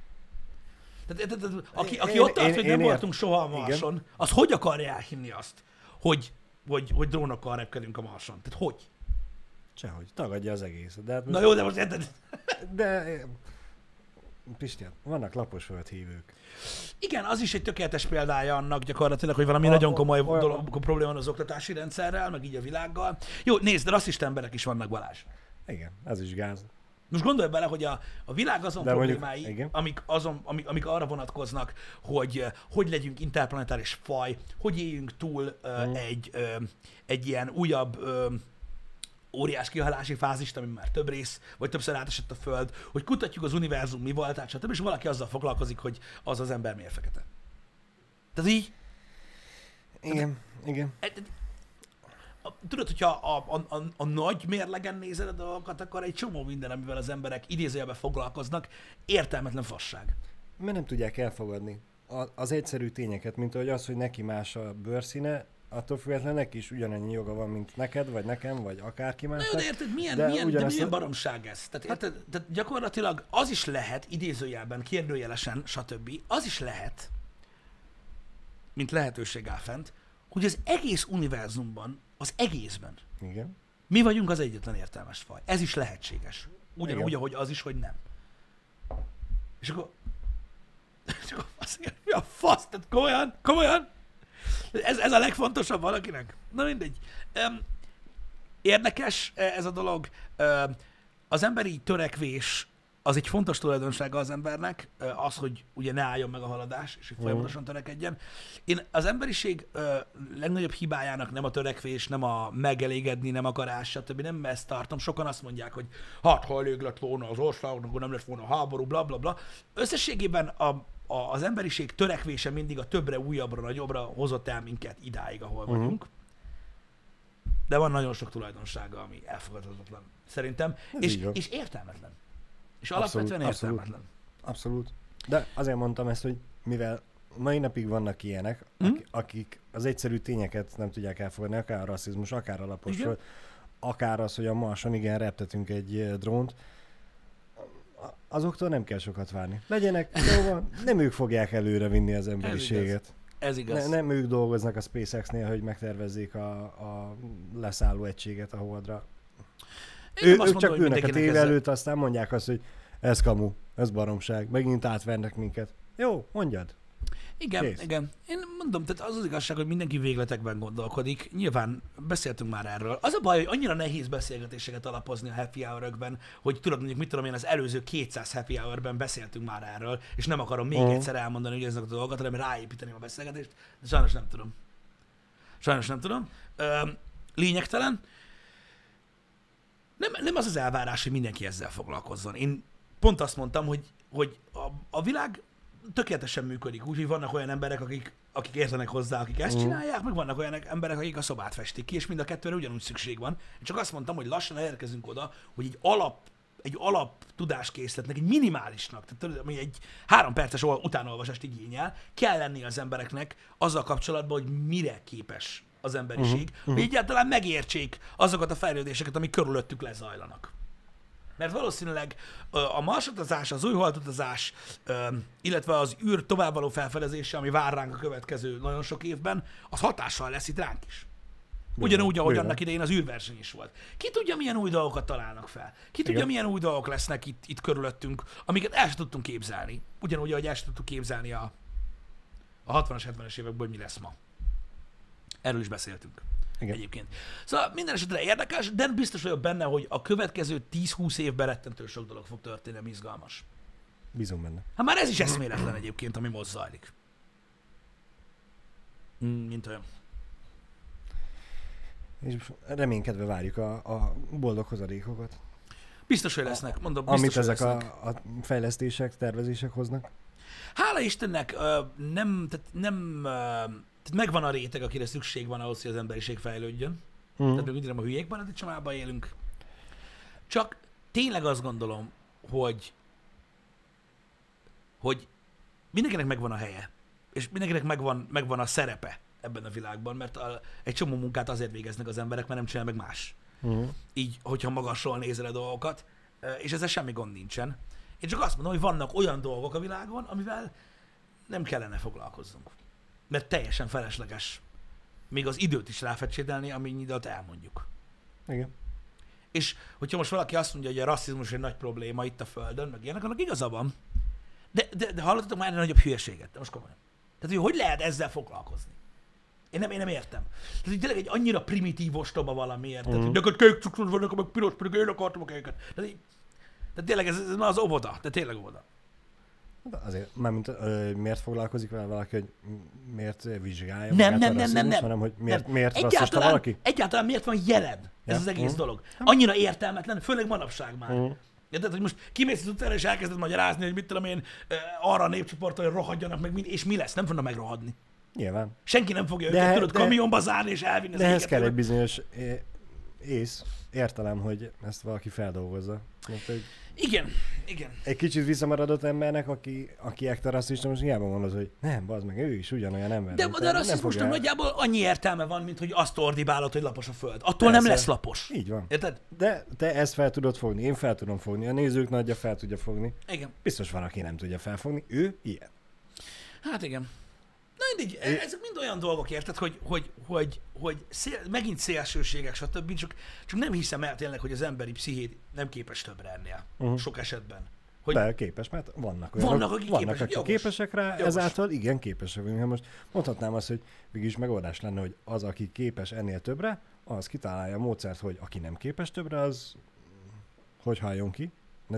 Tehát, aki ott tart, hogy nem voltunk soha a Marson, az hogy akarja elhinni azt, hogy drónokkal repkedünk a Marson? Tehát hogy? Sehogy. Tagadja az egészet. De hát most... Na jó, de most érted? De... Pistián, vannak laposföld hívők. Igen, az is egy tökéletes példája annak gyakorlatilag, hogy valami nagyon komoly probléma van az oktatási rendszerrel, meg így a világgal. Jó, nézd, de rasszista emberek is vannak, Balázs. Igen, ez is gáz. Most gondolj bele, hogy a világ azon problémái, amik arra vonatkoznak, hogy legyünk interplanetáris faj, hogy éljünk túl egy ilyen újabb óriás kihalási fázist, ami már több rész, vagy többször átesett a Föld, hogy kutatjuk az univerzum mi voltát, stb. És valaki azzal foglalkozik, hogy az ember miért fekete. Tehát így... Igen. Tudod, hogyha a nagy mérlegen nézed a dolgokat, akkor egy csomó minden, amivel az emberek idézőjelben foglalkoznak, értelmetlen fasság. Mert nem tudják elfogadni az egyszerű tényeket, mint ahogy az, hogy neki más a bőrszíne, attól függetlenül neki is ugyanannyi joga van, mint neked, vagy nekem, vagy akárki másnak. Na jó, de érted, milyen baromság ez? Tehát gyakorlatilag az is lehet, idézőjelben, kérdőjelesen, stb., az is lehet, mint lehetőség áll fent, hogy az egész univerzumban, az egészben igen. Mi vagyunk az egyetlen értelmes faj. Ez is lehetséges. Ugyanúgy, ahogy az is, hogy nem. És akkor mi a fasz? Tehát komolyan? Ez a legfontosabb valakinek? Na mindegy. Érdekes ez a dolog. Az emberi törekvés az egy fontos tulajdonsága az embernek, az, hogy ugye ne álljon meg a haladás, és hogy folyamatosan törekedjen. Én az emberiség legnagyobb hibájának nem a törekvés, nem a megelégedni, nem akarás, stb. Nem ezt tartom. Sokan azt mondják, hogy hát, ha elég lett volna az országnak, akkor nem lett volna háború, bla bla bla. Összességében az emberiség törekvése mindig a többre, újabbra, nagyobbra hozott el minket idáig, ahol vagyunk. De van nagyon sok tulajdonsága, ami elfogadhatatlan, szerintem, és értelmetlen. És alapvetően értelmetlen. Abszolút. De azért mondtam ezt, hogy mivel mai napig vannak ilyenek, akik az egyszerű tényeket nem tudják elfogadni, akár a rasszizmus, akár a laposföld, akár az, hogy a Marson igen reptetünk egy drónt, azoktól nem kell sokat várni. Legyenek, szóval nem ők fogják előre vinni az emberiséget. Ez igaz. Nem ők dolgoznak a SpaceX-nél, hogy megtervezzék a leszálló egységet a Holdra. Ők csak ülnek a tévé előtt, aztán mondják azt, hogy ez kamu, ez baromság, megint átvernek minket. Jó, mondjad. Igen. Én mondom, tehát az igazság, hogy mindenki végletekben gondolkodik. Nyilván beszéltünk már erről. Az a baj, hogy annyira nehéz beszélgetéseket alapozni a happy hour-ökben, hogy tudod, mondjuk mit tudom én, az előző 200 happy hour-ben beszéltünk már erről, és nem akarom még egyszer elmondani ugyanazokat a dolgokat, hanem ráépíteni a beszélgetést, de sajnos nem tudom. Lényegtelen. Nem az az elvárás, hogy mindenki ezzel foglalkozzon. Én pont azt mondtam, hogy a világ tökéletesen működik, úgyhogy vannak olyan emberek, akik értenek hozzá, akik ezt csinálják, meg vannak olyan emberek, akik a szobát festik ki, és mind a kettőre ugyanúgy szükség van. Én csak azt mondtam, hogy lassan elérkezünk oda, hogy egy alap tudáskészletnek, egy minimálisnak, tehát ami egy 3 perces utánolvasást igényel, kell lenni az embereknek azzal kapcsolatban, hogy mire képes az emberiség, hogy egyáltalán megértsék azokat a fejlődéseket, amik körülöttük lezajlanak. Mert valószínűleg a marsutazás, az újholdutazás, illetve az űr továbbvaló felfedezése, ami vár ránk a következő nagyon sok évben, az hatással lesz itt ránk is. Ugyanúgy, ahogy annak idején az űrverseny is volt. Ki tudja, milyen új dolgokat találnak fel. Ki tudja, milyen új dolgok lesznek itt körülöttünk, amiket el sem tudtunk képzelni. Ugyanúgy, ahogy el sem tudtuk képzelni a 60-as, 70-es évekből, hogy mi lesz ma. Erről is beszéltünk. Igen. Egyébként. Szóval minden esetre érdekes, de biztos vagyok benne, hogy a következő 10-20 évben rettentő sok dolog fog történni, ami izgalmas. Bízom benne. Hát már ez is eszméletlen egyébként, ami most zajlik. Mint olyan. És reménykedve várjuk a boldog hozadékokat. Biztos, hogy lesznek. Mondom, biztos, amit hogy ezek lesznek. a fejlesztések, tervezések hoznak. Hála Istennek tehát megvan a réteg, akire szükség van ahhoz, hogy az emberiség fejlődjön. Tehát még mindig nem a hülyék paradicsomában élünk. Csak tényleg azt gondolom, hogy mindenkinek megvan a helye, és mindenkinek megvan a szerepe ebben a világban, mert egy csomó munkát azért végeznek az emberek, mert nem csinál meg más. Így, hogyha magasról nézel a dolgokat, és ezzel semmi gond nincsen. Én csak azt mondom, hogy vannak olyan dolgok a világon, amivel nem kellene foglalkoznunk. Mert teljesen felesleges még az időt is ráfecsételni, amennyidet elmondjuk. Igen. És hogyha most valaki azt mondja, hogy a rasszizmus egy nagy probléma itt a Földön, meg ilyenek, annak igaza van. De hallottatok már ennél nagyobb hülyeséget? De most komolyan. Tehát, hogy lehet ezzel foglalkozni? Én nem értem. Tehát, hogy tényleg egy annyira primitív ostoba valamiért. Tehát, hogy neked kék cukrot van, neked meg piros, pedig én akartam a kéket. Tehát tényleg ez az óvoda. De tényleg óvoda. De azért, mármint miért foglalkozik vele valaki, hogy miért vizsgálja Nem. hanem hogy miért rasszista valaki? Egyáltalán miért van jelen ez az egész dolog? Annyira értelmetlen, főleg manapság már. Tehát, hogy most kimész az utcára és elkezded magyarázni, hogy mit tudom én, arra a népcsoportra, hogy rohadjanak meg, és mi lesz? Nem fognak megrohadni. Nyilván. Senki nem fogja őket, tudod, kamionba zárni és elvinni. De ehhez kell egy bizonyos értelem, hogy ezt valaki feldolgozza. Igen. Egy kicsit visszamaradott embernek, aki ekta rasszista, most hiába mondod, hogy nem, bazd meg, ő is ugyanolyan ember. De a rasszizmusnak nagyjából annyi értelme van, mint hogy azt ordibálod, hogy lapos a föld. Attól Persze. nem lesz lapos. Így van. Érted? De te ezt fel tudod fogni, én fel tudom fogni, a nézők nagyja fel tudja fogni. Igen. Biztos van, aki nem tudja felfogni, ő ilyen. Hát igen. Na mindig, ezek mind olyan dolgok, érted, hogy megint szélsőségek, stb. Csak nem hiszem el tényleg, hogy az emberi pszichét nem képes többre ennél. Sok esetben. De képes, mert vannak akik képesek rá, jogos. Ezáltal igen, képesek vagyunk. Ha most mondhatnám azt, hogy mégis megoldás lenne, hogy az, aki képes ennél többre, az kitalálja a módszert, hogy aki nem képes többre, az hogy halljon ki,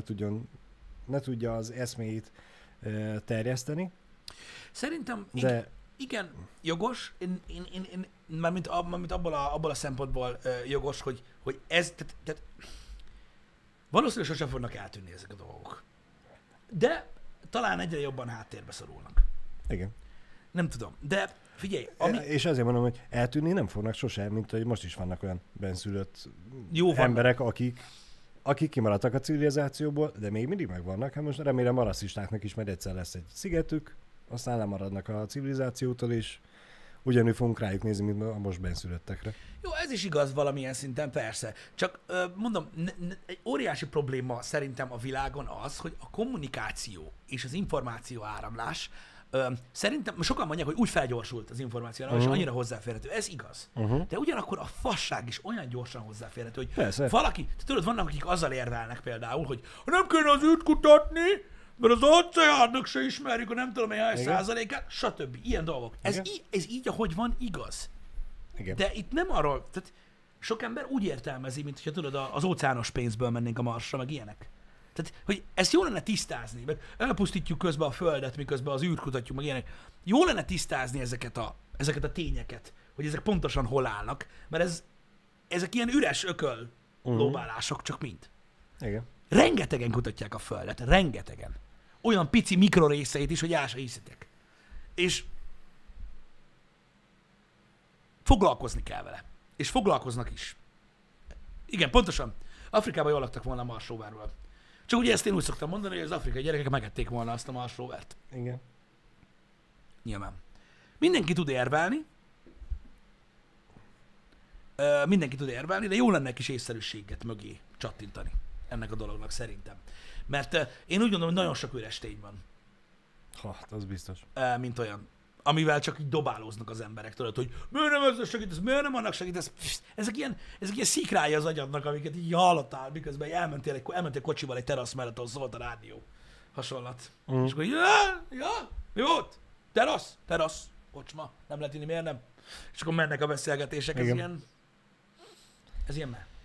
ne tudja az eszméit terjeszteni. Szerintem de... igen, jogos, mármint abból a szempontból jogos, hogy ez, tehát valószínűleg sosem fognak eltűnni ezek a dolgok. De talán egyre jobban háttérbe szorulnak. Igen. Nem tudom, de figyelj. És azért mondom, hogy eltűnni nem fognak sosem, mint hogy most is vannak olyan benszülött emberek, akik kimaradtak a civilizációból, de még mindig megvannak. Hát most remélem a rasszistáknak is majd egyszer lesz egy szigetük, aztán lemaradnak a civilizációtól, és ugyanúgy fogunk rájuk nézni, mint a most benszülöttekre. Jó, ez is igaz valamilyen szinten, persze. Csak mondom, egy óriási probléma szerintem a világon az, hogy a kommunikáció és az információ áramlás szerintem, sokan mondják, hogy úgy felgyorsult az információ áramlás, és annyira hozzáférhető. Ez igaz. De ugyanakkor a fasság is olyan gyorsan hozzáférhető, hogy persze. Valaki, tudod, vannak, akik azzal érvelnek például, hogy nem kéne az űrt kutatni, mert az óceánnak se ismerjük, a nem tudom, hogy százalékát, stb. Ilyen dolgok. Ez így, ahogy van, igaz. Igen. De itt nem arról, tehát sok ember úgy értelmezi, mint hogyha tudod, az óceános pénzből mennénk a Marsra, meg ilyenek. Tehát, hogy ezt jó lenne tisztázni, mert elpusztítjuk közben a Földet, miközben az űrt kutatjuk, meg ilyenek. Jó lenne tisztázni ezeket a tényeket, hogy ezek pontosan hol állnak, mert ezek ilyen üres ököl lóbálások, csak mind. Igen. Rengetegen kutatják a Földet, rengetegen. Olyan pici mikrorészeit is, hogy el se hiszitek. És foglalkozni kell vele. És foglalkoznak is. Igen, pontosan. Afrikában jól laktak volna a Mars roverről. Csak ugye ezt én úgy szoktam mondani, hogy az afrikai gyerekek megették volna azt a Mars rovert. Igen. Nyilván. Mindenki tud érvelni. De jó lenne egy kis észszerűséget mögé csattintani ennek a dolognak szerintem. Mert én úgy gondolom, hogy nagyon sok üres tény van. Az biztos. Mint olyan. amivel csak így dobálóznak az emberek, tudod, hogy miért nem ezzel segítesz, miért nem annak segítesz. Ezek ilyen szikrája az agyadnak, amiket így hallottál, miközben elmentél kocsival egy terasz mellett, ahol szólt a rádió. Hasonlat. És akkor így, mi volt? Terasz, kocsma, nem lehet inni, miért nem? És akkor mennek a beszélgetések, ez ilyen már.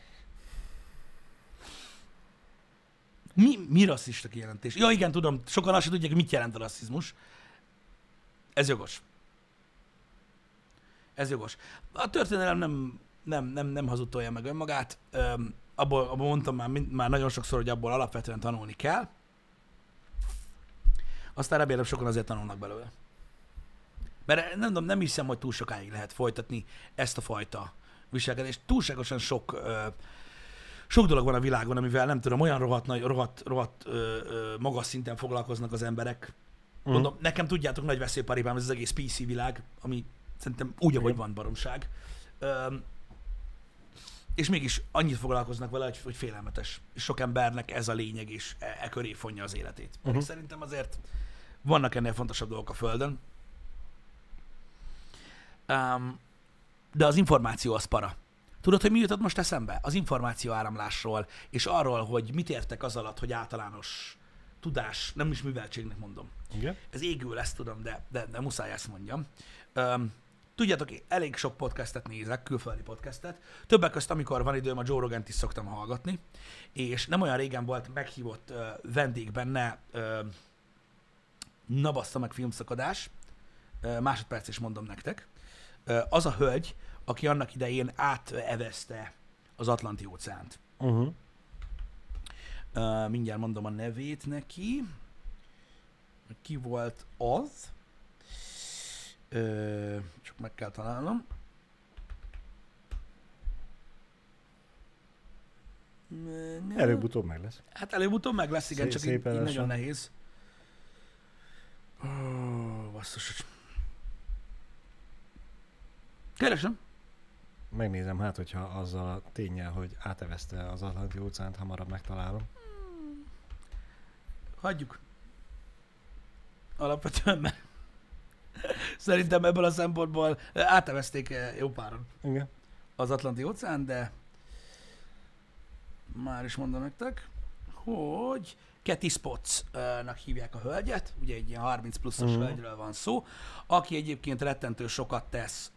Mi rasszista kijelentés? Ja igen, tudom, sokan azt sem tudják, hogy mit jelent a rasszizmus. Ez jogos. A történelem nem hazudtolja meg önmagát. Abból mondtam már nagyon sokszor, hogy abból alapvetően tanulni kell. Aztán remélem sokan azért tanulnak belőle. Mert nem hiszem, hogy túl sokáig lehet folytatni ezt a fajta viselkedést. Túlságosan sok dolog van a világon, amivel nem tudom, olyan rohadt magas szinten foglalkoznak az emberek. Mondom, nekem tudjátok, nagy veszélyparipám ez az egész PC világ, ami szerintem úgy, ahogy van, baromság. És mégis annyit foglalkoznak vele, hogy félelmetes. És sok embernek ez a lényeg, és köré fonja az életét. Szerintem azért vannak ennél fontosabb dolgok a Földön. De az információ az para. Tudod, hogy mi jutott most eszembe? Az információ áramlásról, és arról, hogy mit értek az alatt, hogy általános tudás, nem is műveltségnek mondom. Igen? Ez égő, ezt tudom, de muszáj ezt mondjam. Tudjátok, elég sok podcastet nézek, külföldi podcastet. Többek közt, amikor van időm, a Joe Rogant is szoktam hallgatni, és nem olyan régen volt meghívott vendég benne, na bassza meg filmszakadás, másodperc is mondom nektek. Az a hölgy, aki annak idején átevezte az Atlanti-óceánt. Mindjárt mondom a nevét neki. Ki volt az? Csak meg kell találnom. Előbb-utóbb meg lesz. Hát előbb-utóbb meg lesz, igen, csak így nagyon nehéz. Basszus. Keresem. Megnézem, hát hogyha azzal a ténnyel, hogy átevezte az Atlanti-óceánt, hamarabb megtalálom. Hagyjuk. Alapvetően, mert szerintem ebből a szempontból átevezték jó páran. Igen. Az Atlanti-óceán, de már is mondom nektek, hogy Katy Spots-nak hívják a hölgyet, ugye egy ilyen 30 pluszos hölgyről van szó, aki egyébként rettentő sokat tesz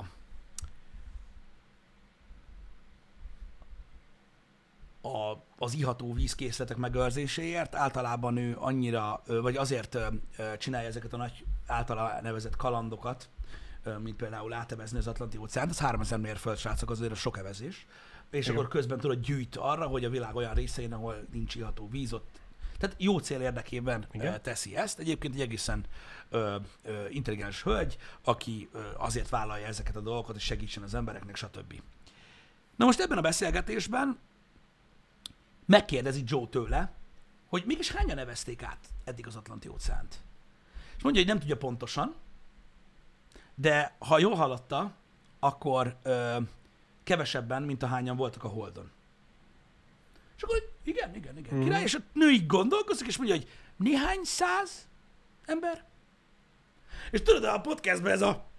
az iható vízkészletek megőrzéséért. Általában ő annyira, vagy azért csinálja ezeket a nagy általa nevezett kalandokat, mint például átevezni az Atlanti-óceánt. Ez 3000 mérföld, srácok, azért a sok evezés. És igen. Akkor közben tudod, gyűjt arra, hogy a világ olyan részein, ahol nincs iható víz, ott. Tehát jó cél érdekében teszi ezt. Egyébként egy egészen intelligens hölgy, aki azért vállalja ezeket a dolgokat, és segítsen az embereknek, stb. Na most ebben a beszélgetésben megkérdezi Joe tőle, hogy mégis hányan nevezték át eddig az Atlanti-óceánt. És mondja, hogy nem tudja pontosan, de ha jól hallotta, akkor kevesebben, mint ahányan voltak a Holdon. És akkor igen. Király, és a nő így gondolkozik, és mondja, hogy néhány száz ember? És tudod, a podcastben ez a...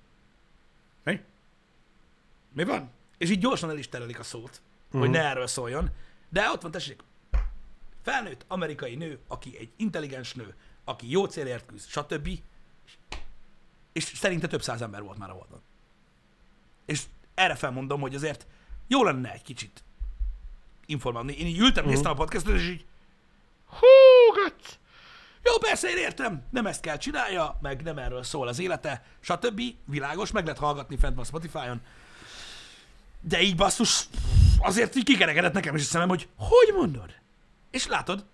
Mi van? És így gyorsan el is terelik a szót, hogy ne erről szóljon. De ott van, tessék, felnőtt amerikai nő, aki egy intelligens nő, aki jó célért küzd, stb. És szerinte több száz ember volt már a Holdon. És erre felmondom, hogy azért jó lenne egy kicsit informálni. Én így ültem, néztem a podcastot, és így húgat! Jó, persze, én értem, nem ezt kell csinálja, meg nem erről szól az élete, stb. Világos, meg lehet hallgatni fent van Spotify-on. De így basszus, azért így kikerekedett nekem is a szemem, hogy mondod? És látod,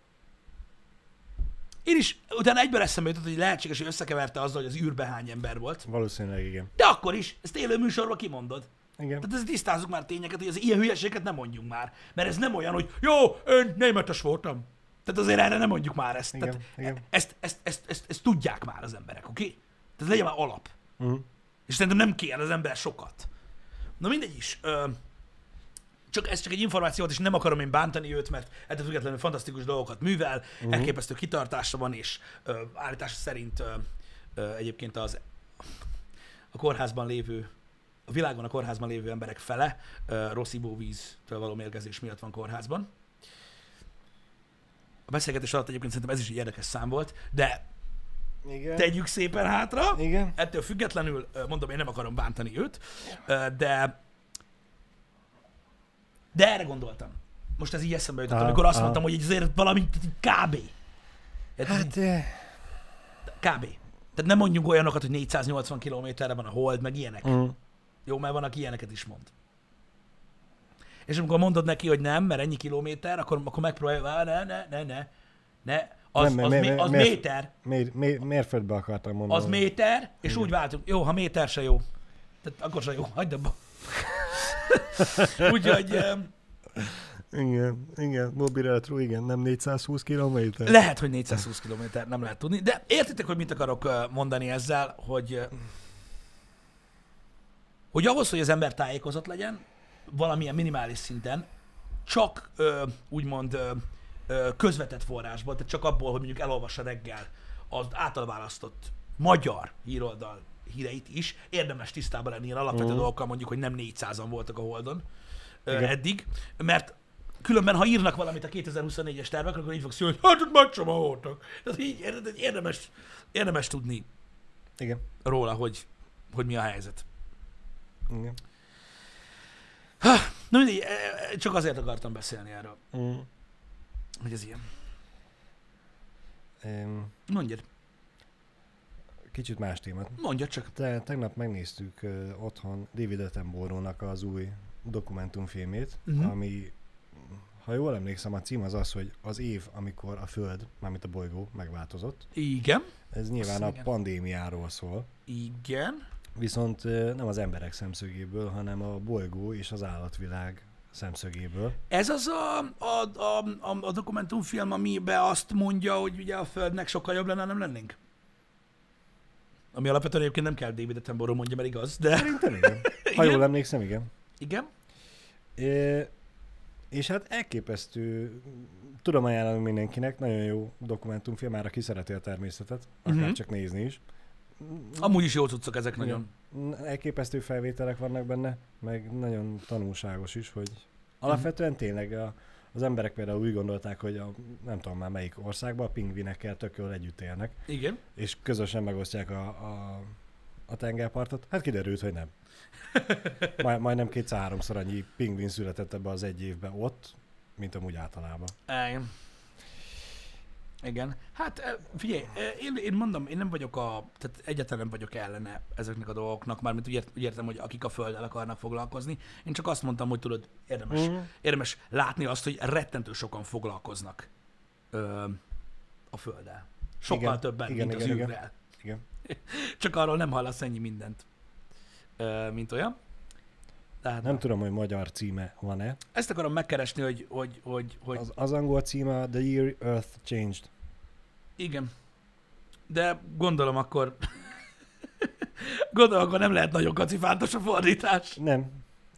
én is utána egyből eszembe jutott, hogy lehetséges, hogy összekeverte azzal, hogy az űrbe hány ember volt. Valószínűleg igen. De akkor is, ezt élő műsorban kimondod. Igen. Tehát ezt tisztázzuk már tényeket, hogy az ilyen hülyeséget nem mondjunk már. Mert ez nem olyan, hogy jó, én németes voltam. Tehát azért erre nem mondjuk már ezt. Igen, Tehát igen. Ezt tudják már az emberek, oké? Okay? Tehát legyen már alap. És szerintem nem kér az ember sokat. Na mindegy is. Ez csak egy információ volt, és nem akarom én bántani őt, mert ettől függetlenül fantasztikus dolgokat művel, elképesztő kitartása van, és állítása szerint egyébként a kórházban lévő, a világon a kórházban lévő emberek fele rossz ivóvíztől való mérgezés miatt van kórházban. A beszélgetés alatt egyébként szerintem ez is egy érdekes szám volt, de Igen. tegyük szépen hátra. Igen. Ettől függetlenül, mondom, én nem akarom bántani őt, de erre gondoltam. Most ez így eszembe jutott, amikor azt mondtam, hogy azért valami kb. Hát... Kb. Tehát nem mondjuk olyanokat, hogy 480 kilométerre van a hold, meg ilyenek. Jó, mert van, aki ilyeneket is mond. És amikor mondod neki, hogy nem, mert ennyi kilométer, akkor megpróbálja, ne. Az méter. Mérföldbe akartam mondani. Az méter, és úgy váltunk. Jó, ha méter se jó. Tehát akkor se jó, hagyd abba. Úgyhogy... Igen, mobil retro, igen, nem 420 kilométer. Lehet, hogy 420 kilométer, nem lehet tudni, de értitek, hogy mit akarok mondani ezzel, hogy ahhoz, hogy az ember tájékozott legyen, valamilyen minimális szinten, csak úgymond közvetett forrásból, tehát csak abból, hogy mondjuk elolvassa reggel az által választott magyar híroldal híreit is, érdemes tisztában lenni ilyen alapvető dolgokkal, mondjuk, hogy nem 400-an voltak a Holdon eddig, mert különben, ha írnak valamit a 2024-es tervek, akkor így fogsz jönni, hogy hát ott megcsoma voltak. Tehát így érdemes tudni róla, hogy mi a helyzet. Igen. Na mindegy, csak azért akartam beszélni erről. Hogy ez ilyen. Mondjad. Kicsit más témát. Mondjad csak. Tegnap megnéztük otthon David Attenborough-nak az új dokumentumfilmét, ami, ha jól emlékszem, a cím az az, hogy az év, amikor a Föld, mármint a bolygó megváltozott. Igen. Ez nyilván a pandémiáról szól. Igen. Viszont nem az emberek szemszögéből, hanem a bolygó és az állatvilág szemszögéből. Ez az a dokumentumfilm, amiben azt mondja, hogy ugye a Földnek sokkal jobb lenne, nem lennénk? Ami alapvetően egyébként nem kell David Attenborough mondja, mert igaz, de... Szerintem igen. Ha jól emlékszem, igen. Igen. És hát elképesztő, tudom ajánlani mindenkinek, nagyon jó dokumentumfilm, már aki szereti a természetet, akár csak nézni is. Amúgy is jó cuccok ezek nagyon. Elképesztő felvételek vannak benne, meg nagyon tanulságos is, hogy alapvetően tényleg az emberek például úgy gondolták, hogy nem tudom már melyik országban a pingvinekkel tök jól együtt élnek. Igen. És közösen megosztják a tengerpartot. Hát kiderült, hogy nem. Majdnem 2-3-szor annyi pingvin született ebbe az egy évben ott, mint amúgy általában. Igen. Hát figyelj, én mondom, én nem vagyok tehát egyáltalán nem vagyok ellene ezeknek a dolgoknak, mármint úgy értem, hogy akik a Földdel akarnak foglalkozni. Én csak azt mondtam, hogy tudod, érdemes látni azt, hogy rettentő sokan foglalkoznak a Földdel. Sokkal többen, mint az űrrel. Igen. Csak arról nem hallasz ennyi mindent, mint olyan. Tehát nem tudom, hogy magyar címe van-e. Ezt akarom megkeresni, hogy... Az angol címe The Year Earth Changed. Igen. De gondolom akkor nem lehet nagyon kacifántos a fordítás. Nem.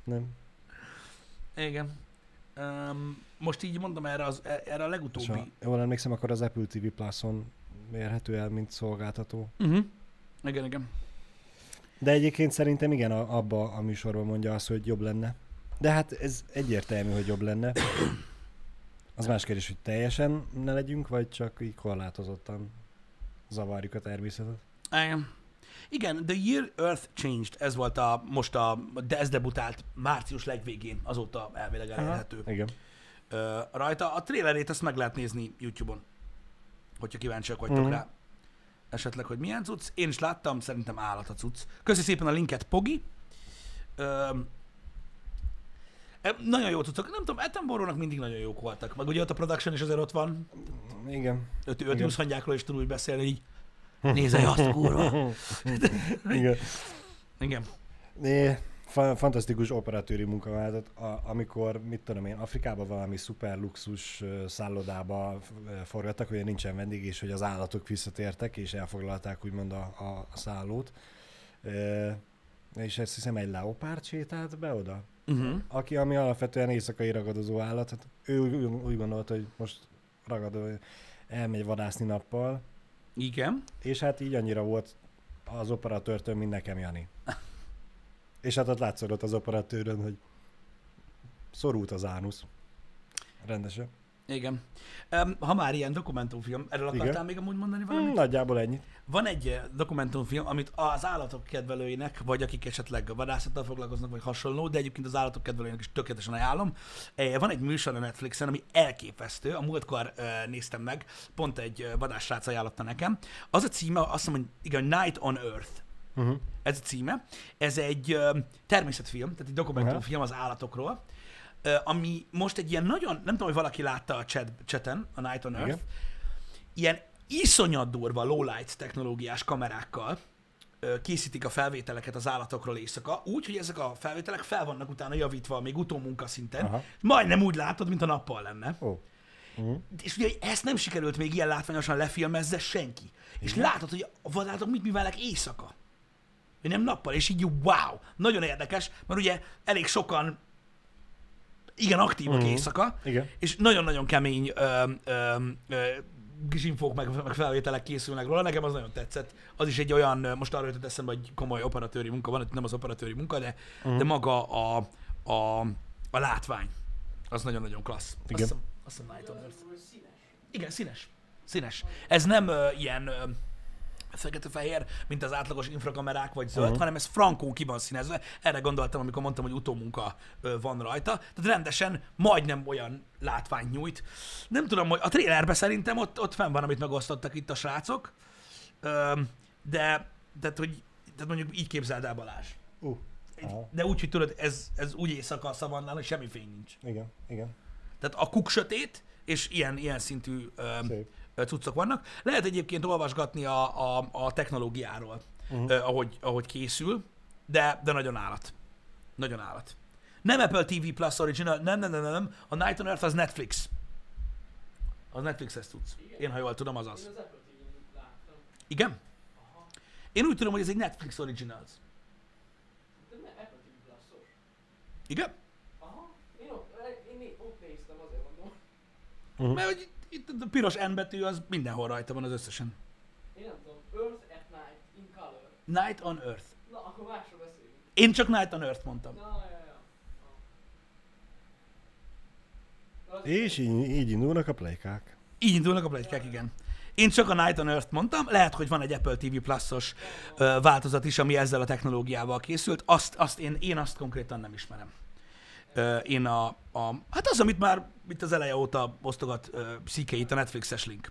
Igen. Most így mondom erre a legutóbbi... Jól emlékszem, akkor az Apple TV Plus-on mérhető el, mint szolgáltató. Igen. De egyébként szerintem igen, abba a műsorban mondja azt, hogy jobb lenne. De hát ez egyértelmű, hogy jobb lenne. Az más kérdés, hogy teljesen ne legyünk, vagy csak így korlátozottan zavarjuk a természetet. Igen, The Year Earth Changed, ez volt de ez debutált március legvégén, azóta elvileg elérhető. Igen. Rajta. A trailerét azt meg lehet nézni YouTube-on, hogyha kíváncsiak vagytok rá. Esetleg, hogy milyen cucc. Én is láttam, szerintem állat a cucc. Köszi szépen a linket, Pogi. Nagyon jó cuccok. Nem tudom, Attenborough-nak mindig nagyon jók voltak. Meg ugye ott a production is azért ott van. Igen. Őt úszhangyákról is tud úgy beszélni, így nézze azt, kurva. Igen. Fantasztikus operatőri munka váltott, amikor, mit tudom én, Afrikában valami szuper luxus szállodába forgattak, hogy nincsen vendég, és hogy az állatok visszatértek, és elfoglalták úgymond a szállót. És ezt hiszem egy leopárd sétált be oda, ami alapvetően éjszakai ragadozó állat. Hát ő úgy gondolta, hogy most elmegy vadászni nappal. Igen. És hát így annyira volt az operatőrtől, mint nekem, Jani. És hát ott látszott az operatőrön, hogy szorult az ánusz. Rendesen. Igen. Ha már ilyen dokumentumfilm, erről akartál még amúgy mondani valamit? Nagyjából ennyit. Van egy dokumentumfilm, amit az állatok kedvelőinek, vagy akik esetleg vadászattal foglalkoznak, vagy hasonló, de egyébként az állatok kedvelőinek is tökéletesen ajánlom. Van egy műsor a Netflixen, ami elképesztő. A múltkor néztem meg, pont egy vadászsrác ajánlotta nekem. Az a címe, azt mondom, hogy igen, Night on Earth. Ez a címe. Ez egy természetfilm, tehát egy dokumentumfilm az állatokról, ami most egy ilyen nagyon, nem tudom, hogy valaki látta a chaten, a Night on Earth, igen. Ilyen iszonyat durva lowlight technológiás kamerákkal készítik a felvételeket az állatokról éjszaka, úgy, hogy ezek a felvételek fel vannak utána javítva még utómunka szinten. Majdnem úgy látod, mint a nappal lenne. És ugye ezt nem sikerült még ilyen látványosan lefilmezze senki. És látod, hogy a vadállatok mit művelnek éjszaka. Nem nappal, és így wow, nagyon érdekes, mert ugye elég sokan igen aktívak éjszaka, igen. És nagyon-nagyon kemény kis infók meg felvételek készülnek róla, nekem az nagyon tetszett. Az is egy olyan, most arra jutott eszembe, hogy komoly operatőri munka van, nem az operatőri munka, de maga a látvány, az nagyon-nagyon klassz. Igen. Azt hiszem Night on Earth. Igen, színes. Ez nem ilyen fekete-fehér, mint az átlagos infrakamerák vagy zöld, hanem ez frankó ki van színezve. Erre gondoltam, amikor mondtam, hogy utómunka van rajta. Tehát rendesen majdnem olyan látványt nyújt. Nem tudom, hogy a trailerben szerintem ott fenn van, amit megosztottak itt a srácok, de mondjuk így képzeld el, Balázs. De úgy, hogy tudod, ez úgy éjszaka a szavannán, hogy semmi fény nincs. Igen. Tehát a kuk sötét, és ilyen szintű cuccok vannak. Lehet egyébként olvasgatni a technológiáról, ahogy készül, de nagyon állat. Nagyon állat. Nem Apple TV Plus Original, nem. A Night on Earth az Netflix. Az Netflixes tudsz. Én, ha jól tudom, az az. Én az Apple TV-n láttam. Igen? Aha. Én úgy tudom, hogy ez egy Netflix Originals. De nem Apple TV Plus-os. Igen? Aha. Én ott néztem, azért mondom. Mert hogy itt a piros N betű az mindenhol rajta van az összesen. Én nem tudom. Earth at Night in Color. Night on Earth. Na, akkor másról beszélünk. Én csak Night on Earth mondtam. Ja. És így indulnak a plejkák. Így indulnak a pletykák, igen. Én csak a Night on Earth mondtam, lehet, hogy van egy Apple TV Plus-os változat is, ami ezzel a technológiával készült. Én azt konkrétan nem ismerem. Hát az, amit már itt az eleje óta osztogat Szike itt a Netflixes link.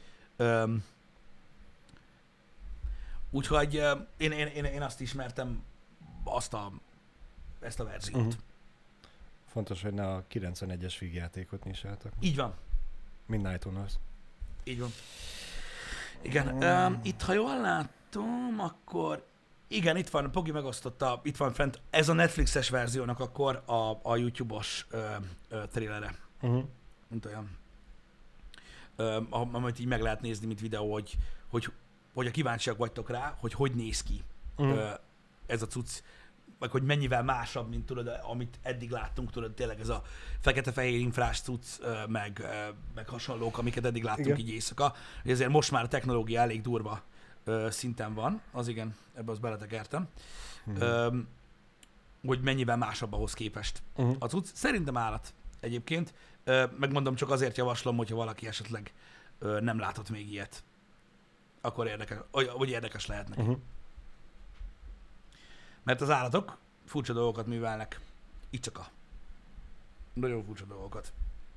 Úgyhogy én azt ismertem, ezt a verziót. Fontos, hogy ne a 91-es vígjátékot nyisáltak. Így van. Mint Night on Earth. Így van. Igen. Itt, ha jól látom, akkor igen, itt van, Pogi megosztotta, itt van fent, ez a Netflixes verziónak akkor a YouTube-os trailere. Mint olyan. Amit így meg lehet nézni, mint videó, hogy a kíváncsiak vagytok rá, hogy néz ki ez a cucc, meg hogy mennyivel másabb, mint tudod, amit eddig láttunk, tudod, tényleg ez a fekete-fehér infrás cucc, meg hasonlók, amiket eddig láttunk igen. Így éjszaka. Ezért most már a technológia elég durva szinten van, az igen, ebbe azt beletekertem, hogy mennyivel másabb ahhoz képest a cucc. Szerintem állat egyébként, megmondom, csak azért javaslom, hogyha valaki esetleg nem látott még ilyet, akkor érdekes lehet neki. Mert az állatok furcsa dolgokat művelnek. Itt csak nagyon furcsa dolgokat.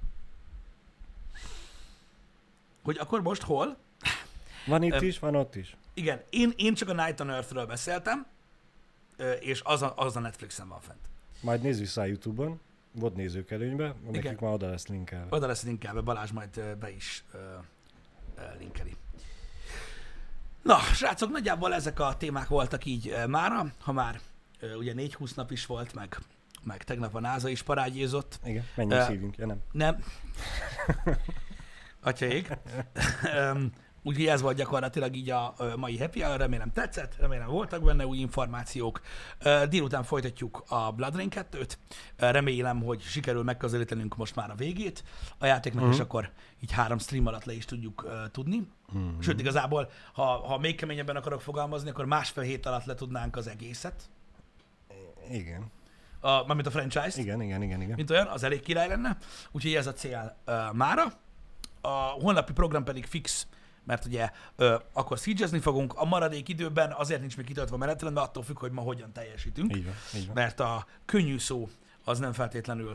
Hogy akkor most hol? Van itt is, van ott is. Igen, én csak a Night on Earth-ről beszéltem, és az a Netflixen van fent. Majd nézz vissza a YouTube-on, volt nézőkelőnybe, nekik már oda lesz linkelve. Oda lesz linkelve, Balázs majd be is linkeli. Na, srácok, nagyjából ezek a témák voltak így mára, ha már ugye 4-20 nap is volt, meg tegnap a NASA is parágyézott. Igen, menjünk szívünk, ja nem. Nem. Atyaik. Úgyhogy ez volt gyakorlatilag így a mai happy hour, remélem tetszett, remélem voltak benne új információk. Délután folytatjuk a Blood Rain 2-t, remélem, hogy sikerül megközelítenünk most már a végét a játéknak, és akkor így 3 stream alatt le is tudjuk tudni. Sőt, igazából, ha még keményebben akarok fogalmazni, akkor 1,5 hét alatt le tudnánk az egészet. Igen. Mármint a franchise-t. Igen. Mint olyan, az elég király lenne. Úgyhogy ez a cél mára. A holnapi program pedig fix, mert ugye akkor siege-ezni fogunk. A maradék időben azért nincs még kitöltve a menetrend, mert attól függ, hogy ma hogyan teljesítünk. Így van. Mert a könnyű szó az nem feltétlenül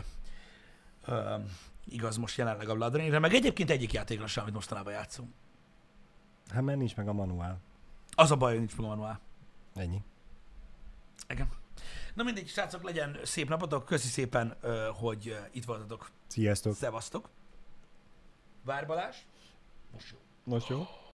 igaz most jelenleg a Blood Rainre, meg egyébként egyik játékra sem, amit mostanában játszunk. Hát mert nincs meg a manuál. Az a baj, hogy nincs meg a manuál. Ennyi. Igen. Na mindegy, srácok, legyen szép napotok. Köszi szépen, hogy itt voltatok. Sziasztok. Szevasztok. Várj Balázs. Most jó. Most jó.